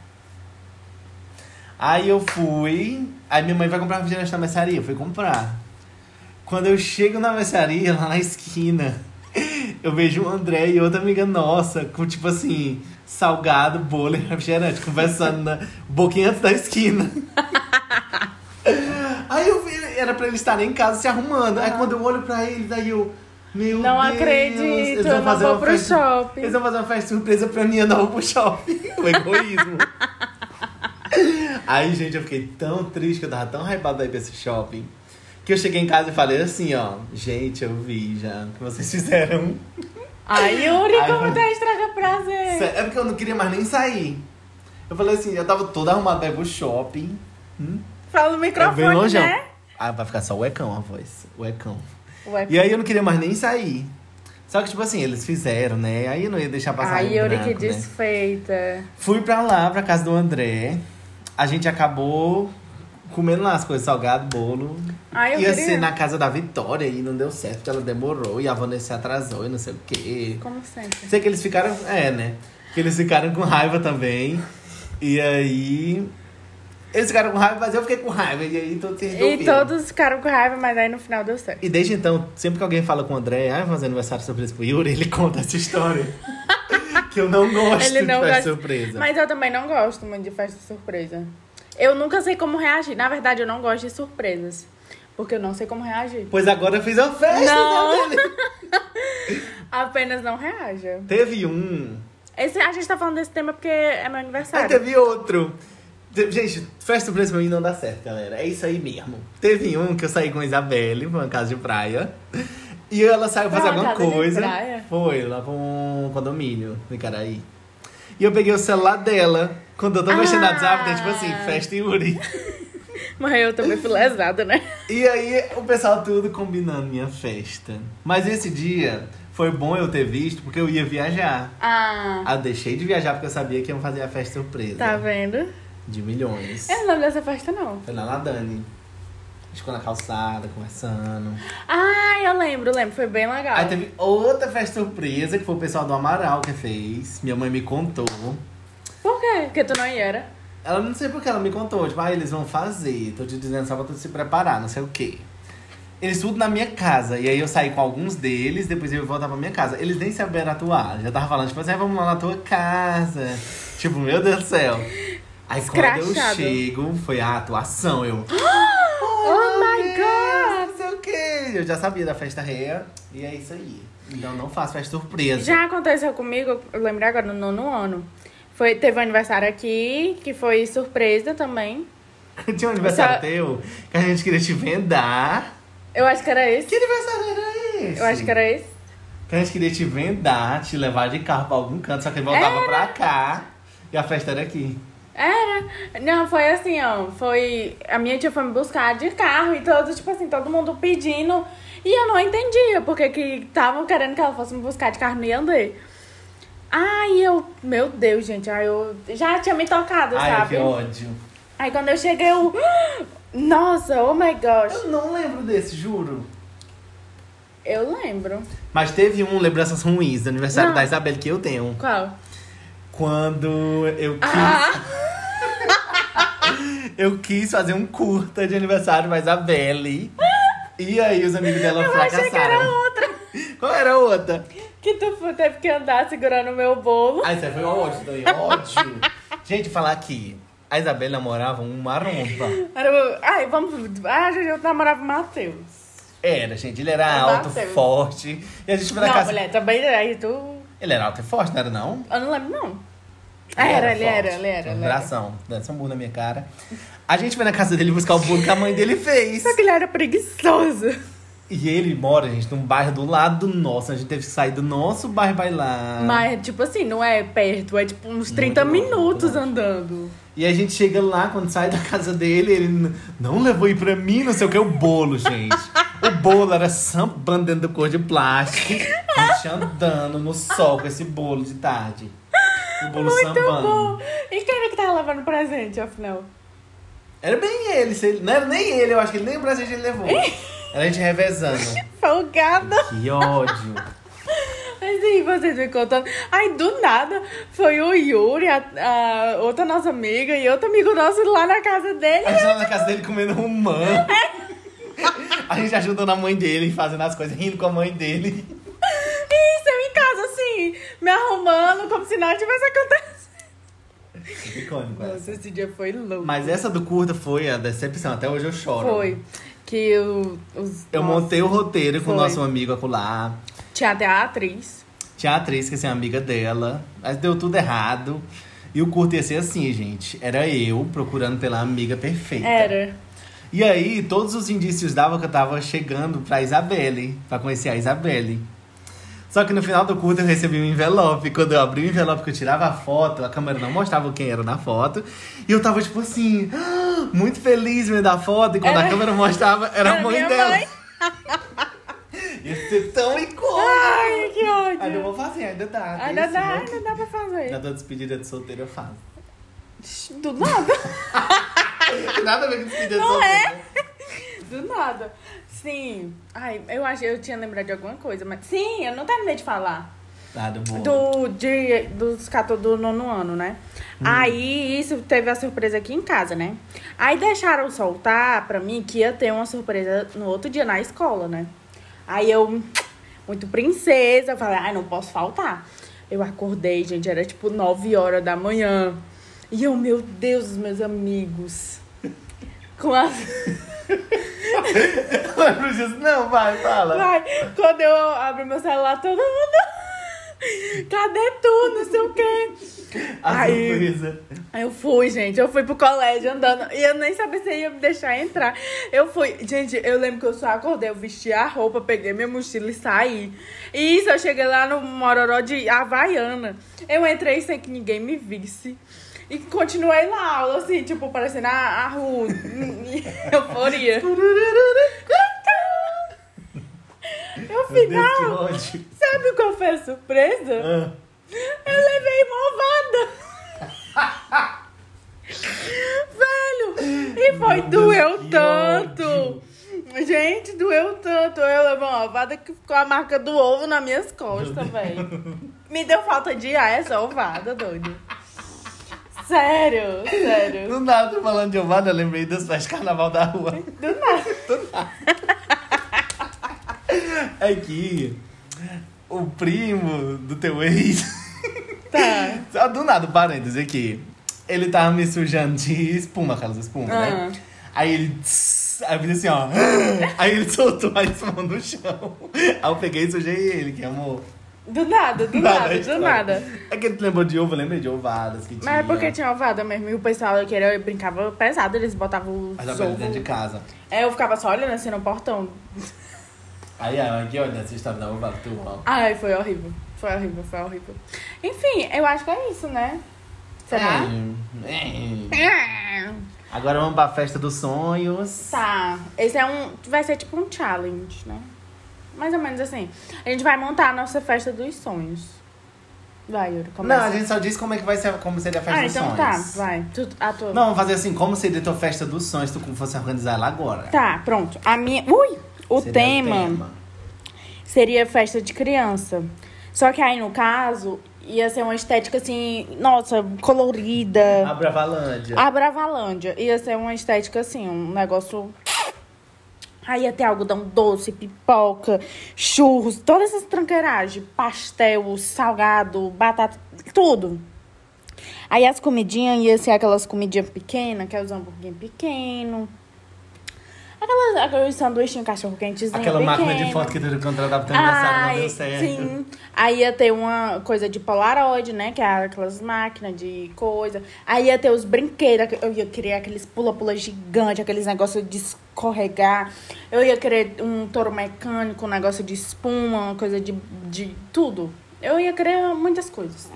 Aí eu fui. Aí minha mãe vai comprar refrigerante na mercearia. Eu fui comprar. Quando eu chego na mercearia, lá na esquina, eu vejo o André e outra amiga nossa, com tipo assim, salgado, bolo e refrigerante, conversando na boquinha antes da esquina. Aí eu vi, era pra eles estarem em casa se arrumando. Aí quando eu olho pra eles, aí eu. Meu Não Deus, acredito, eles eu vão não fazer vou uma pro festa, shopping. Eles vão fazer uma festa surpresa pra mim, eu não vou pro shopping. O egoísmo. Aí, gente, eu fiquei tão triste, que eu tava tão hypado aí pra esse shopping, que eu cheguei em casa e falei assim, ó. Gente, eu vi já o que vocês fizeram. Ai, Yuri, Ai, como mas- tá estraga prazer? É porque eu não queria mais nem sair. Eu falei assim, eu tava todo arrumado pra ir pro shopping. Hum? Fala no É bem microfone, longeão. né? Ah, vai ficar só o ecão a voz. O ecão. Ué, E aí eu não queria mais nem sair. Só que, tipo assim, eles fizeram, né? Aí eu não ia deixar passar Ai, em Yuri, branco, que né? desfeita. Fui pra lá, pra casa do André. A gente acabou comendo lá as coisas, salgado, bolo. Ai, eu Ia queria... ser na casa da Vitória e não deu certo, porque ela demorou. E a Vanessa atrasou e não sei o quê. Como sempre. Sei que eles ficaram... É, né? Que eles ficaram com raiva também. E aí... Eles ficaram com raiva, mas eu fiquei com raiva. E aí todos se E resolveram. todos ficaram com raiva, mas aí no final deu certo. E desde então, sempre que alguém fala com o André, ah, vou fazer aniversário surpresa pro Yuri, ele conta essa história. Que eu não gosto Ele não de festa gosta. surpresa. Mas eu também não gosto muito de festa surpresa. Eu nunca sei como reagir. Na verdade, eu não gosto de surpresas. Porque eu não sei como reagir. Pois agora eu fiz a festa Não. dele. Apenas não reaja. Teve um. Esse, a gente tá falando desse tema porque é meu Aí aniversário. teve outro. Te- Gente, festa surpresa pra mim não dá certo, galera. É isso aí mesmo. Teve um que eu saí com a Isabelle pra uma casa de praia. E ela saiu fazer Pra uma alguma casa de coisa. praia? Foi, lá pra um condomínio no Icaraí. E eu peguei o celular dela. Quando eu tô mexendo no Ah. WhatsApp, tem tipo assim, festa Yuri. Mas eu também fui lesada, né? E aí, o pessoal tudo combinando minha festa. Mas esse dia foi bom eu ter visto, porque eu ia viajar. Ah, Ah, eu deixei de viajar porque eu sabia que iam fazer a festa surpresa. tá vendo? De milhões. Eu não lembro dessa festa, não. Foi lá na Dani. A gente ficou na calçada, conversando. Ah, eu lembro, lembro. Foi bem legal. Aí teve outra festa surpresa, que foi o pessoal do Amaral que fez. Minha mãe me contou. Por quê? Porque tu não ia, era? Ela não sei porque ela me contou. Tipo, ah, eles vão fazer. Tô te dizendo só pra tu se preparar, não sei o quê. Eles tudo na minha casa. E aí eu saí com alguns deles, depois eu ia voltar pra minha casa. Eles nem sabiam atuar. Já tava falando, tipo assim, ah, vamos lá na tua casa. Tipo, meu Deus do céu. Aí quando eu Escrachado. chego, foi a atuação. Eu. Oh my God! Não sei o quê. Eu já sabia da festa réia. E é isso aí. Então não faço festa surpresa. Já aconteceu comigo, eu lembrei agora, no nono ano. Foi, teve um aniversário aqui, que foi surpresa também. Tinha um aniversário Só- teu que a gente queria te vendar. Eu acho que era esse. Que aniversário era esse? Eu acho que era esse. Que a gente queria te vendar, te levar de carro pra algum canto, só que ele voltava pra cá. E a festa era aqui. Era. Não, foi assim, ó. Foi. A minha tia foi me buscar de carro e todo, tipo assim, todo mundo pedindo. E eu não entendia porque que estavam querendo que ela fosse me buscar de carro no Iandê. Ai, eu. Meu Deus, gente. Aí eu já tinha me tocado, Ai, sabe? que ódio. Aí quando eu cheguei, eu. Nossa, oh my gosh. Eu não lembro desse, juro. Eu lembro. Mas teve um, lembranças ruins, do aniversário Não. da Isabelle, que eu tenho. Qual? Quando eu quis, Ah! eu quis fazer um curta de aniversário da Isabelle. E aí os amigos dela Eu fracassaram. achei que era outra. Qual era a outra? Que tu teve que andar segurando o meu bolo. Ah, isso aí foi ódio também, ódio. Gente, falar aqui, a Isabelle namorava um maromba. Era o- Ai, vamos. Ah, eu namorava o Matheus. Era, gente, ele era Não alto, bateu. forte. E a gente foi na Não, casa... mulher, também aí tu. Ele era alto e forte, não era não? Eu não lembro, não. Ah, era, ele forte. era, ele era. Um Ele era. bração, dança um burro na minha cara. A gente foi na casa dele buscar o bolo que a mãe dele fez. Só que ele era preguiçoso. E ele mora, gente, num bairro do lado do nosso. A gente teve que sair do nosso bairro pra ir lá. Mas, tipo assim, não é perto, é tipo uns trinta Muito longe, minutos muito longe. andando. E a gente chega lá, quando sai da casa dele, ele n- não levou aí pra mim, não sei o que, o bolo, gente. O bolo era sambando dentro do cor de plástico. A gente andando no sol com esse bolo de tarde. O bolo Muito sambando. bom. E quem era que tava levando presente, afinal? Era bem ele. Se ele- Não era nem ele, eu acho que ele nem o presente ele levou. Era a gente revezando. Folgada. Que ódio. Mas sim, vocês me contando. Aí, do nada, foi o Yuri, a, a outra nossa amiga e outro amigo nosso lá na casa dele. A gente tava na casa dele comendo romã. A gente ajudando a mãe dele, fazendo as coisas, rindo com a mãe dele. Isso, eu em casa, assim, me arrumando, como se nada tivesse acontecido. Icônico essa. Nossa, esse dia foi louco. Mas essa do curta foi a decepção. Até hoje eu choro. Foi. Que o, os... Eu nossa, montei o roteiro com o Foi. nosso amigo acolá. Tinha até a atriz. Tinha a atriz que ia ser amiga dela. Mas deu tudo errado. E o curta ia ser assim, gente. Era eu procurando pela amiga perfeita. Era. E aí, todos os indícios davam que eu tava chegando pra Isabelle. Pra conhecer a Isabelle. Só que no final do curto eu recebi um envelope. Quando eu abri o envelope que eu tirava a foto, a câmera não mostrava quem era na foto. E eu tava tipo assim, muito feliz vendo a foto. E quando Era- a câmera mostrava, era, Era a mãe minha dela. mãe. Ia ser tão icônico. Ai, que ódio. Ainda vou fazer, ainda dá. tem Ainda esse dá, monte. ainda dá pra fazer. Na tua despedida de solteiro eu faço. Do nada. Nada a ver com despedida de Não solteiro. Do nada. Sim. Ai, eu acho eu tinha lembrado de alguma coisa, mas. Sim, eu não terminei de falar. Tá, do bom. Do, de, dos quatorze do nono ano, né? Aí, isso teve a surpresa aqui em casa, né? Aí deixaram soltar pra mim que ia ter uma surpresa no outro dia na escola, né? Aí eu, muito princesa, falei, ai, não posso faltar. Eu acordei, gente, era tipo nove horas da manhã. E eu, meu Deus, os meus amigos. Com as... Lembro disso. Não, vai, fala. Vai, quando eu abro meu celular, todo mundo... Cadê tu? Não sei o quê. A Aí, surpresa. aí eu fui, gente. Eu fui pro colégio andando. E eu nem sabia se ia me deixar entrar. Eu fui. Gente, eu lembro que eu só acordei. Eu vesti a roupa, peguei minha mochila e saí. E isso, eu cheguei lá no Mororó de Havaiana. Eu entrei sem que ninguém me visse. E continuei lá a aula, assim, tipo, parecendo a, a rua. Euforia. No Meu Deus, que final, ódio. sabe qual foi a surpresa? Ah. Eu levei malvada. Velho, e foi, Meu Deus, doeu que tanto. ódio. Gente, doeu tanto. Eu levei uma ovada que ficou a marca do ovo nas minhas costas, velho. Me deu falta de ar essa ovada, doido. Sério, sério. Do nada, tô falando de ovada, eu lembrei das festas de carnaval da rua. Do nada. É que o primo do teu ex... Tá. Só do nada, parênteses aqui. Ele tava me sujando de espuma, aquelas espumas, Ah. né? Aí ele... tss, aí eu fiz assim, ó. Aí ele soltou a espuma no chão. Aí eu peguei e sujei ele, que amor. Do nada, do nada, é do história. nada. É que ele te lembrou de ovo, eu lembrei de ovadas que tinha. Mas é porque tinha ovada mesmo. E o pessoal que era, brincava pesado, eles botavam Mas a os velha dentro de ovos. casa. É, eu ficava só olhando assim no portão. Aí, aí, aqui, olha, essa história da ovada, tu, ó. Ai, foi horrível. Foi horrível, foi horrível. Enfim, eu acho que é isso, né? Será? É, é. Agora vamos pra festa dos sonhos. Tá. Esse é um. Vai ser tipo um challenge, né? Mais ou menos assim. A gente vai montar a nossa festa dos sonhos. Vai, Yuri, começa. Não, a gente só diz como é que vai ser, como seria a festa Ah, dos então sonhos. tá, vai. Tu, a tua. Não, vamos fazer assim, como seria a tua festa dos sonhos, se tu fosse organizar ela agora. Tá, pronto. A minha. Ui! O Seria tema, seria festa de criança. Só que aí, no caso, ia ser uma estética assim, nossa, colorida. A Bravalândia. A Bravalândia. Ia ser uma estética assim, um negócio. Aí ia ter algodão doce, pipoca, churros, todas essas tranqueiragens. Pastel, salgado, batata, tudo. Aí as comidinhas iam ser aquelas comidinhas pequenas, que é os hambúrguer pequeno. Aquelas, aqueles sanduíches cachorro quentezinho Aquela pequeno. máquina de foto que tu contratava pro teu aniversário não Ai, deu certo. sim. Aí ia ter uma coisa de Polaroid, né? Que é aquelas máquinas de coisa. Aí ia ter os brinquedos. Eu ia querer aqueles pula-pula gigante, aqueles negócios de escorregar. Eu ia querer um touro mecânico, um negócio de espuma, uma coisa de, de tudo. Eu ia querer muitas coisas.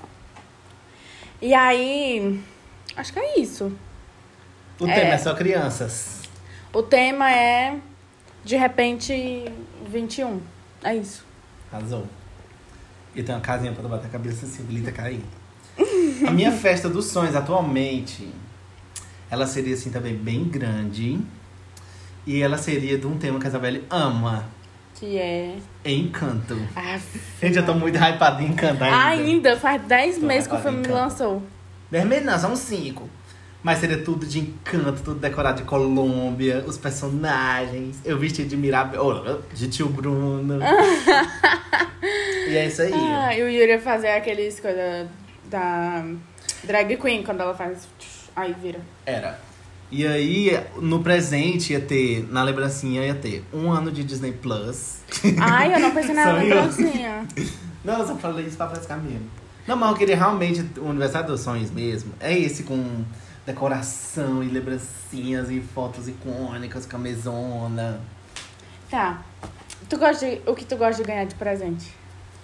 E aí, acho que é isso. O É. tema é só crianças. O tema é De repente, vinte e um. É isso. Arrasou. E tem uma casinha pra bater a cabeça assim, habilita cair. A minha festa dos sonhos atualmente, ela seria assim também bem grande. E ela seria de um tema que a Isabelle ama. Que é... Encanto. Ah, Gente, eu tô muito hypada em Encanto ainda. Ainda? Faz dez Tô meses que o hypada em filme Encanto. lançou. dez meses não, são cinco. Mas seria tudo de encanto, tudo decorado de Colômbia, os personagens. Eu vesti de Mirabel, oh, de tio Bruno. E é isso aí. Ah, e o Yuri ia fazer aqueles coisas da drag queen, quando ela faz... Aí vira. Era. E aí, no presente ia ter, na lembrancinha ia ter um ano de Disney Plus. Ai, eu não pensei na Sonhou. lembrancinha. Não, eu só falei isso pra frescar mesmo. Não, mas eu queria realmente o aniversário dos sonhos mesmo. É esse com decoração e lembrancinhas e fotos icônicas, camezona. Tá. Tu gosta de... O que tu gosta de ganhar de presente?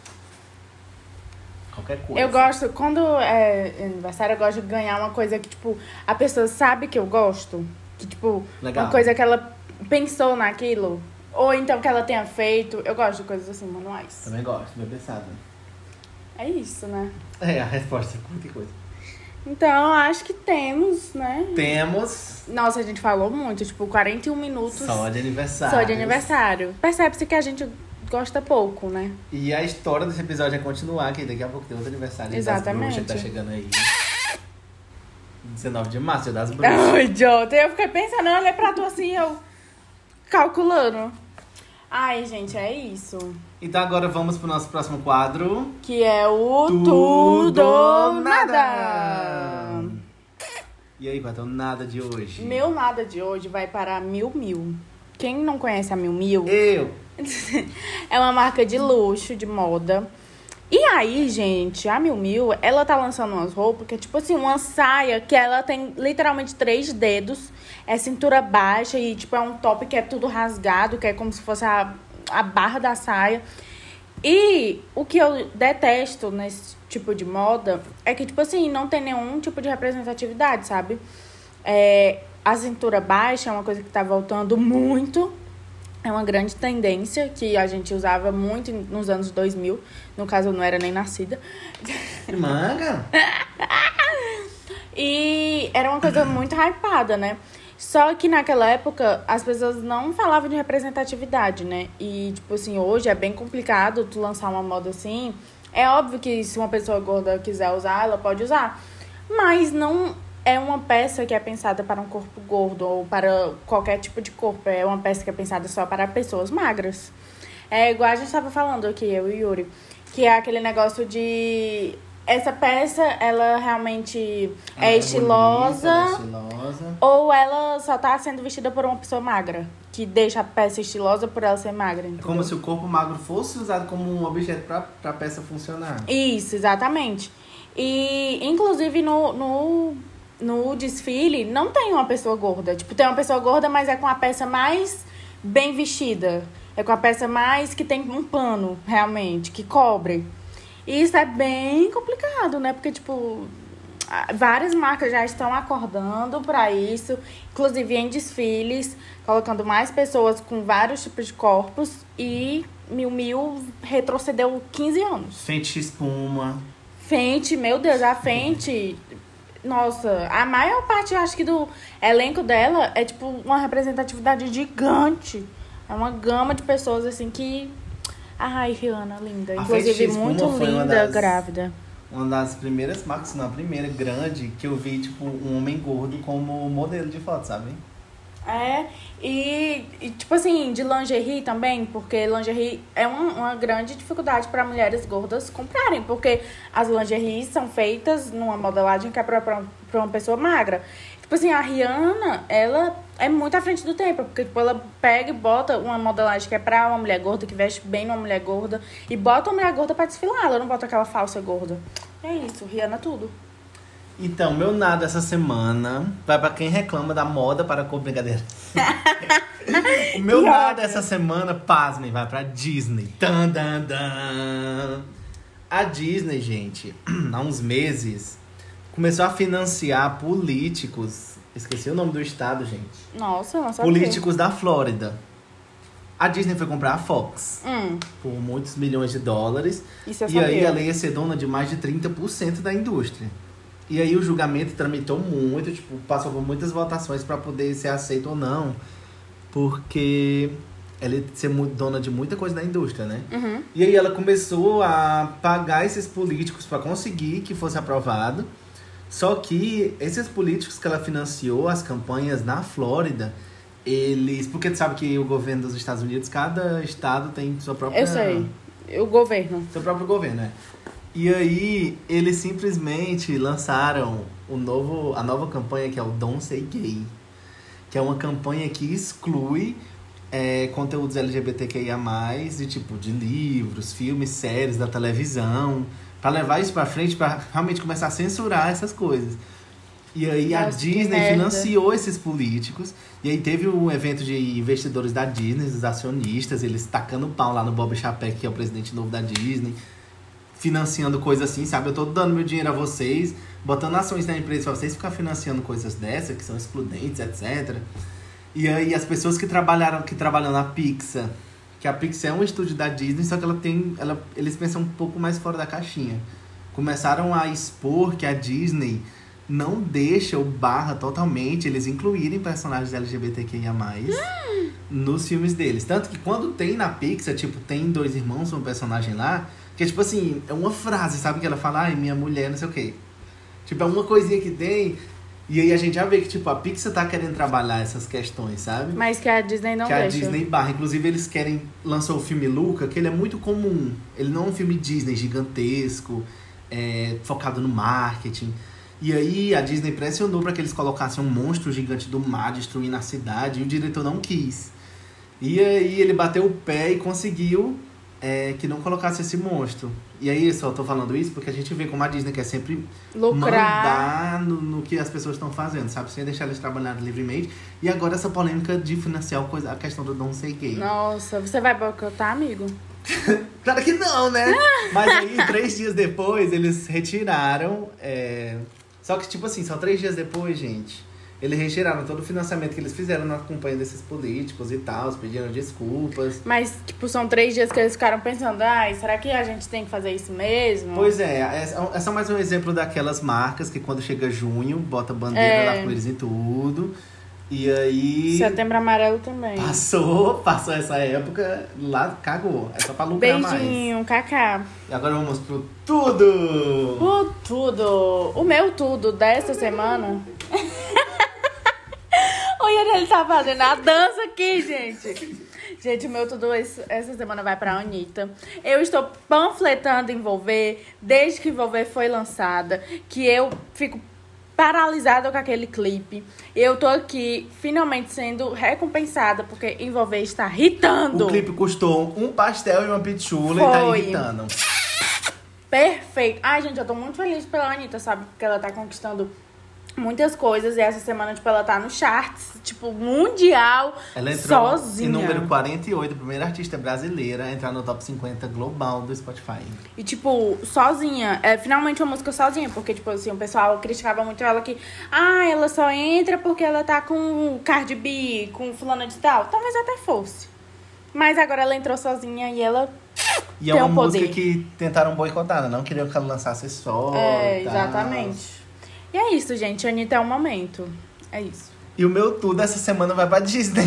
Qualquer coisa. Eu gosto, quando é aniversário, eu gosto de ganhar uma coisa que, tipo, a pessoa sabe que eu gosto. Que, tipo, Legal. uma coisa que ela pensou naquilo. Ou então que ela tenha feito. Eu gosto de coisas assim, manuais. Também gosto, bem pensado. É isso, né? É, a resposta é muita coisa. Então, acho que temos, né? Temos Nossa, a gente falou muito, tipo, quarenta e um minutos só de aniversário. só de aniversário. Percebe-se que a gente gosta pouco, né? E a história desse episódio é continuar, que daqui a pouco tem outro aniversário Exatamente. das bruxas que tá chegando aí. dezenove de março, dia das bruxas. Ai, idiota. Eu fiquei pensando, eu olhei pra tu assim, eu calculando. Ai, gente, é isso. Então agora vamos pro nosso próximo quadro. Que é o Tudo, ou Nada. E aí, qual é o nada de hoje? Meu nada de hoje vai para a Miu Miu. Quem não conhece a Miu Miu? Eu! É uma marca de luxo, de moda. E aí, gente, a Miu Miu, ela tá lançando umas roupas que é tipo assim, uma saia que ela tem literalmente três dedos. É cintura baixa e tipo é um top que é tudo rasgado, que é como se fosse a, a barra da saia. E o que eu detesto nesse tipo de moda é que, tipo assim, não tem nenhum tipo de representatividade, sabe? É, a cintura baixa é uma coisa que tá voltando muito. É uma grande tendência que a gente usava muito nos anos dois mil. No caso, eu não era nem nascida. Manga? E era uma coisa muito hypada, né? Só que naquela época, as pessoas não falavam de representatividade, né? E, tipo assim, hoje é bem complicado tu lançar uma moda assim. É óbvio que se uma pessoa gorda quiser usar, ela pode usar. Mas não é uma peça que é pensada para um corpo gordo ou para qualquer tipo de corpo. É uma peça que é pensada só para pessoas magras. É igual a gente estava falando aqui, eu e Yuri. Que é aquele negócio de... Essa peça, ela realmente Ah, é, é estilosa, bonita, é estilosa. ou ela só tá sendo vestida por uma pessoa magra, que deixa a peça estilosa por ela ser magra, É entendeu? como se o corpo magro fosse usado como um objeto pra, pra peça funcionar. Isso, exatamente. E, inclusive, no, no, no desfile, não tem uma pessoa gorda. Tipo, tem uma pessoa gorda, mas é com a peça mais bem vestida. É com a peça mais que tem um pano, realmente, que cobre. E isso é bem complicado, né? Porque, tipo, várias marcas já estão acordando para isso. Inclusive em desfiles, colocando mais pessoas com vários tipos de corpos. E Miu Miu retrocedeu quinze anos. Fenty espuma. Fenty, meu Deus, a Fenty... Nossa, a maior parte, eu acho que do elenco dela é, tipo, uma representatividade gigante. É uma gama de pessoas, assim, que... Ai, Rihanna, linda. A Inclusive, Fenty Espuma muito foi uma linda, das- grávida. Uma das primeiras marcas, não, a primeira grande que eu vi, tipo, um homem gordo como modelo de foto, sabe? É, e, e, tipo assim, de lingerie também, porque lingerie é uma, uma grande dificuldade para mulheres gordas comprarem, porque as lingeries são feitas numa modelagem que é para uma pessoa magra. Tipo assim, a Rihanna, ela é muito à frente do tempo, porque tipo, ela pega e bota uma modelagem que é pra uma mulher gorda, que veste bem numa mulher gorda, e bota uma mulher gorda pra desfilar, ela não bota aquela falsa gorda. É isso, Rihanna tudo. Então, meu nada essa semana vai pra quem reclama da moda para cor brincadeira. O meu Que nada ódio. essa semana, pasmem, vai pra Disney. Tan, dan, dan. A Disney, gente, há uns meses, começou a financiar políticos. Esqueci o nome do estado, gente. Nossa, eu não sabia. Políticos da Flórida. A Disney foi comprar a Fox Hum. por muitos milhões de dólares. Isso eu E sabia. aí ela ia ser dona de mais de trinta por cento da indústria. E aí o julgamento tramitou muito, tipo, passou por muitas votações para poder ser aceito ou não. Porque ela ia ser mu- dona de muita coisa da indústria, né? Uhum. E aí ela começou a pagar esses políticos para conseguir que fosse aprovado. Só que esses políticos que ela financiou, as campanhas na Flórida, eles... Porque tu sabe que o governo dos Estados Unidos, cada estado tem sua própria... Eu sei. O governo. Seu próprio governo, né? E aí, eles simplesmente lançaram o novo, a nova campanha, que é o Don't Say Gay. Que é uma campanha que exclui é, conteúdos L G B T Q I A mais, de tipo, de livros, filmes, séries, da televisão, pra levar isso pra frente, pra realmente começar a censurar essas coisas. E aí a Nossa, que Disney merda. financiou esses políticos. E aí teve um evento de investidores da Disney, dos acionistas, eles tacando pau lá no Bob Chapek, que é o presidente novo da Disney, financiando coisas assim, sabe? Eu tô dando meu dinheiro a vocês, botando ações na empresa pra vocês ficarem financiando coisas dessas, que são excludentes, etcétera. E aí as pessoas que trabalharam, que trabalham na Pixar, que a Pixar é um estúdio da Disney, só que ela tem, ela, eles pensam um pouco mais fora da caixinha. Começaram a expor que a Disney não deixa ou barra totalmente eles incluírem personagens L G B T Q I A mais, hum. nos filmes deles. Tanto que quando tem na Pixar, tipo, tem dois irmãos, um personagem lá, que é tipo assim, é uma frase, sabe? Que ela fala, ai, minha mulher, não sei o quê. Tipo, é uma coisinha que tem. E aí a gente já vê que, tipo, a Pixar tá querendo trabalhar essas questões, sabe? Mas que a Disney não que deixa. Que a Disney barra. Inclusive, eles querem... Lançou o filme Luca, que ele é muito comum. Ele não é um filme Disney gigantesco, é, focado no marketing. E aí a Disney pressionou pra que eles colocassem um monstro gigante do mar destruindo a cidade. E o diretor não quis. E aí ele bateu o pé e conseguiu... É, que não colocasse esse monstro. E aí, só tô falando isso porque a gente vê como a Disney quer sempre lucrar mandar no, no que as pessoas estão fazendo, sabe? Sem deixar eles trabalharem livremente. E agora essa polêmica de financiar coisa, a questão do Don't Say Gay. Nossa, você vai boicotar, amigo? Claro que não, né? Mas aí, três dias depois, eles retiraram. É... Só que, tipo assim, só três dias depois, gente... Eles retiraram todo o financiamento que eles fizeram na campanha desses políticos e tal, pediram desculpas. Mas, tipo, são três dias que eles ficaram pensando, ai, será que a gente tem que fazer isso mesmo? Pois é, é só mais um exemplo daquelas marcas que quando chega junho, bota bandeira É. da arco-íris em tudo. E aí... Setembro Amarelo também. Passou, passou essa época, lá cagou. É só pra lucrar mais. Beijinho, Cacá. E agora vamos pro tudo! O tudo. O meu tudo dessa semana... Olha, ele tá fazendo a dança aqui, gente. Gente, o meu tudo esse- essa semana vai pra Anitta. Eu estou panfletando Envolver desde que Envolver foi lançada. Que eu fico paralisada com aquele clipe. Eu tô aqui finalmente sendo recompensada porque Envolver está irritando. O clipe custou um pastel e uma pichula e tá Foi. irritando. Perfeito. Ai, gente, eu tô muito feliz pela Anitta, sabe? Porque ela tá conquistando muitas coisas. E essa semana, tipo, ela tá no charts, tipo, mundial, Ela entrou sozinha. em número quarenta e oito, a primeira artista brasileira a entrar no top cinquenta global do Spotify. E, tipo, sozinha. É finalmente uma música sozinha. Porque, tipo, assim, o pessoal criticava muito ela que... Ah, ela só entra porque ela tá com Cardi B, com fulana de tal. Talvez até fosse. Mas agora ela entrou sozinha e ela... E é Tem uma um música poder. que tentaram boicotar, né? Não queriam que ela lançasse só. É, e tal. exatamente. E é isso, gente. A Anitta é um momento. É isso. E o meu tudo essa semana vai pra Disney.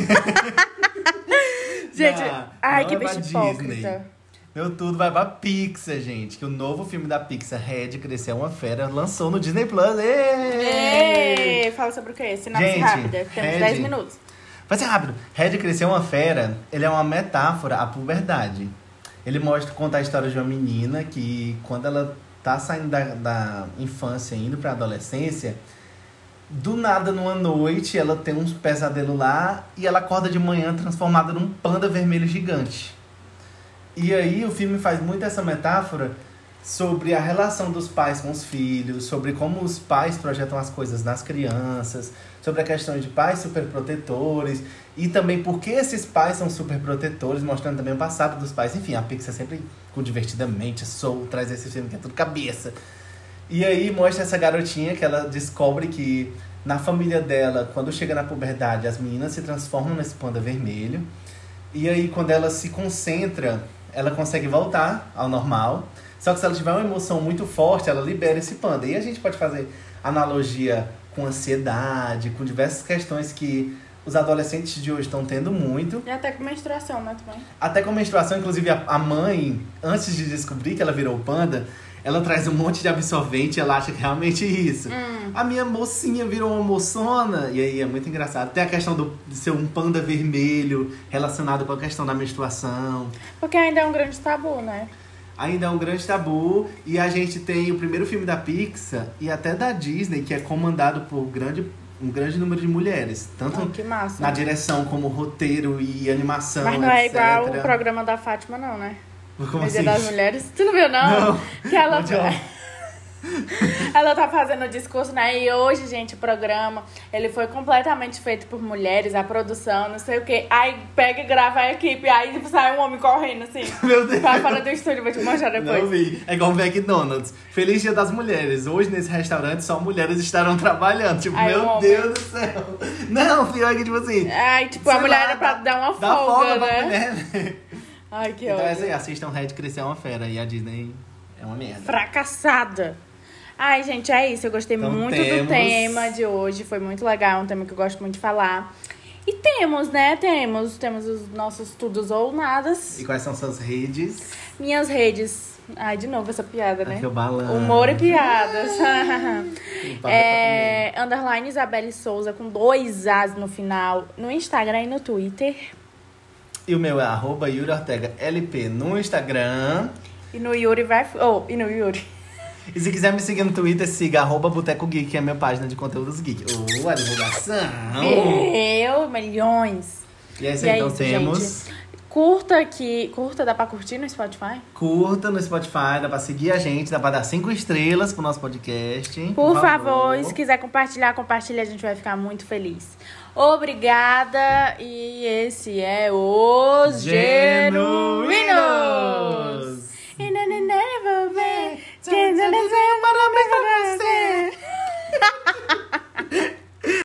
Gente, Não, ai, não que é pra bicho Disney. hipócrita. Meu tudo vai pra Pixar, gente. Que o novo filme da Pixar, Red, Crescer uma Fera, lançou no Disney Plus. Êêêê! Ei, fala sobre o quê? Sinopse Gente, rápida. Temos Red- dez minutos. Vai ser rápido. Red Crescer uma Fera, ele é uma metáfora à puberdade. Ele mostra, conta a história de uma menina que, quando ela tá saindo da, da infância e indo pra adolescência, do nada, numa noite, ela tem uns pesadelos lá e ela acorda de manhã transformada num panda vermelho gigante. E aí o filme faz muito essa metáfora sobre a relação dos pais com os filhos, sobre como os pais projetam as coisas nas crianças, sobre a questão de pais superprotetores e também por que esses pais são superprotetores, mostrando também o passado dos pais. Enfim, a Pixar sempre com Divertidamente, Soul, traz esse filme que é tudo cabeça. E aí mostra essa garotinha que ela descobre que na família dela, quando chega na puberdade, as meninas se transformam nesse panda vermelho. E aí, quando ela se concentra, ela consegue voltar ao normal. Só que se ela tiver uma emoção muito forte, ela libera esse panda. E a gente pode fazer analogia com ansiedade, com diversas questões que os adolescentes de hoje estão tendo muito. E até com menstruação, né, também? Até com menstruação, inclusive a, a mãe, antes de descobrir que ela virou panda, ela traz um monte de absorvente e ela acha que é realmente isso. Hum. A minha mocinha virou uma moçona. E aí é muito engraçado. Tem a questão do, de ser um panda vermelho relacionado com a questão da menstruação. Porque ainda é um grande tabu, né? Ainda é um grande tabu. E a gente tem o primeiro filme da Pixar e até da Disney, que é comandado por grande, um grande número de mulheres. Tanto Ai, que massa. na direção como roteiro e animação, Mas não é etcétera. igual o programa da Fátima, não, né? Como No Dia assim? das Mulheres. Tu não viu, não? Não. Que ela... Onde ela- Ela tá fazendo o discurso, né? E hoje, gente, o programa, ele foi completamente feito por mulheres, a produção, não sei o quê. Aí pega e grava a equipe, aí sai um homem correndo, assim. Meu Deus. Pra fora do estúdio, vou te mostrar depois. Não vi. É igual o McDonald's. Feliz Dia das Mulheres. Hoje, nesse restaurante, só mulheres estarão trabalhando. Tipo, Ai, meu homem. Deus do céu. Não, pior que, tipo assim... Aí, tipo, a sei mulher lá, era pra dá- dar uma dá folga, folga pra né? mulher. Ai, que Então é ódio. isso aí. Assistam Red Crescer é uma fera. E a Disney é uma merda. Fracassada. Ai, gente, é isso. Eu gostei Então muito temos- do tema de hoje. Foi muito legal, é um tema que eu gosto muito de falar. E temos, né? Temos. Temos os nossos tudos ou nadas. E quais são suas redes? Minhas redes. Ai, de novo essa piada, né? Aqui é o balanço. Humor e piadas. Para é, underline Isabelle Souza com dois As no final. No Instagram e no Twitter. E o meu é arroba Yuri Ortega L P no Instagram. E no Yuri vai... Oh, e no Yuri. E se quiser me seguir no Twitter, siga arroba Boteco Geek, que é a minha página de conteúdos geek. Oh, a divulgação! Meu, milhões. E é isso E aí, é então isso, temos... gente. Curta aqui. Curta, dá pra curtir no Spotify? Curta no Spotify, dá pra seguir a gente, dá pra dar cinco estrelas pro nosso podcast. Por, Por favor, se quiser compartilhar, compartilha, a gente vai ficar muito feliz. Obrigada, e esse é Os Genuínos! Genuínos!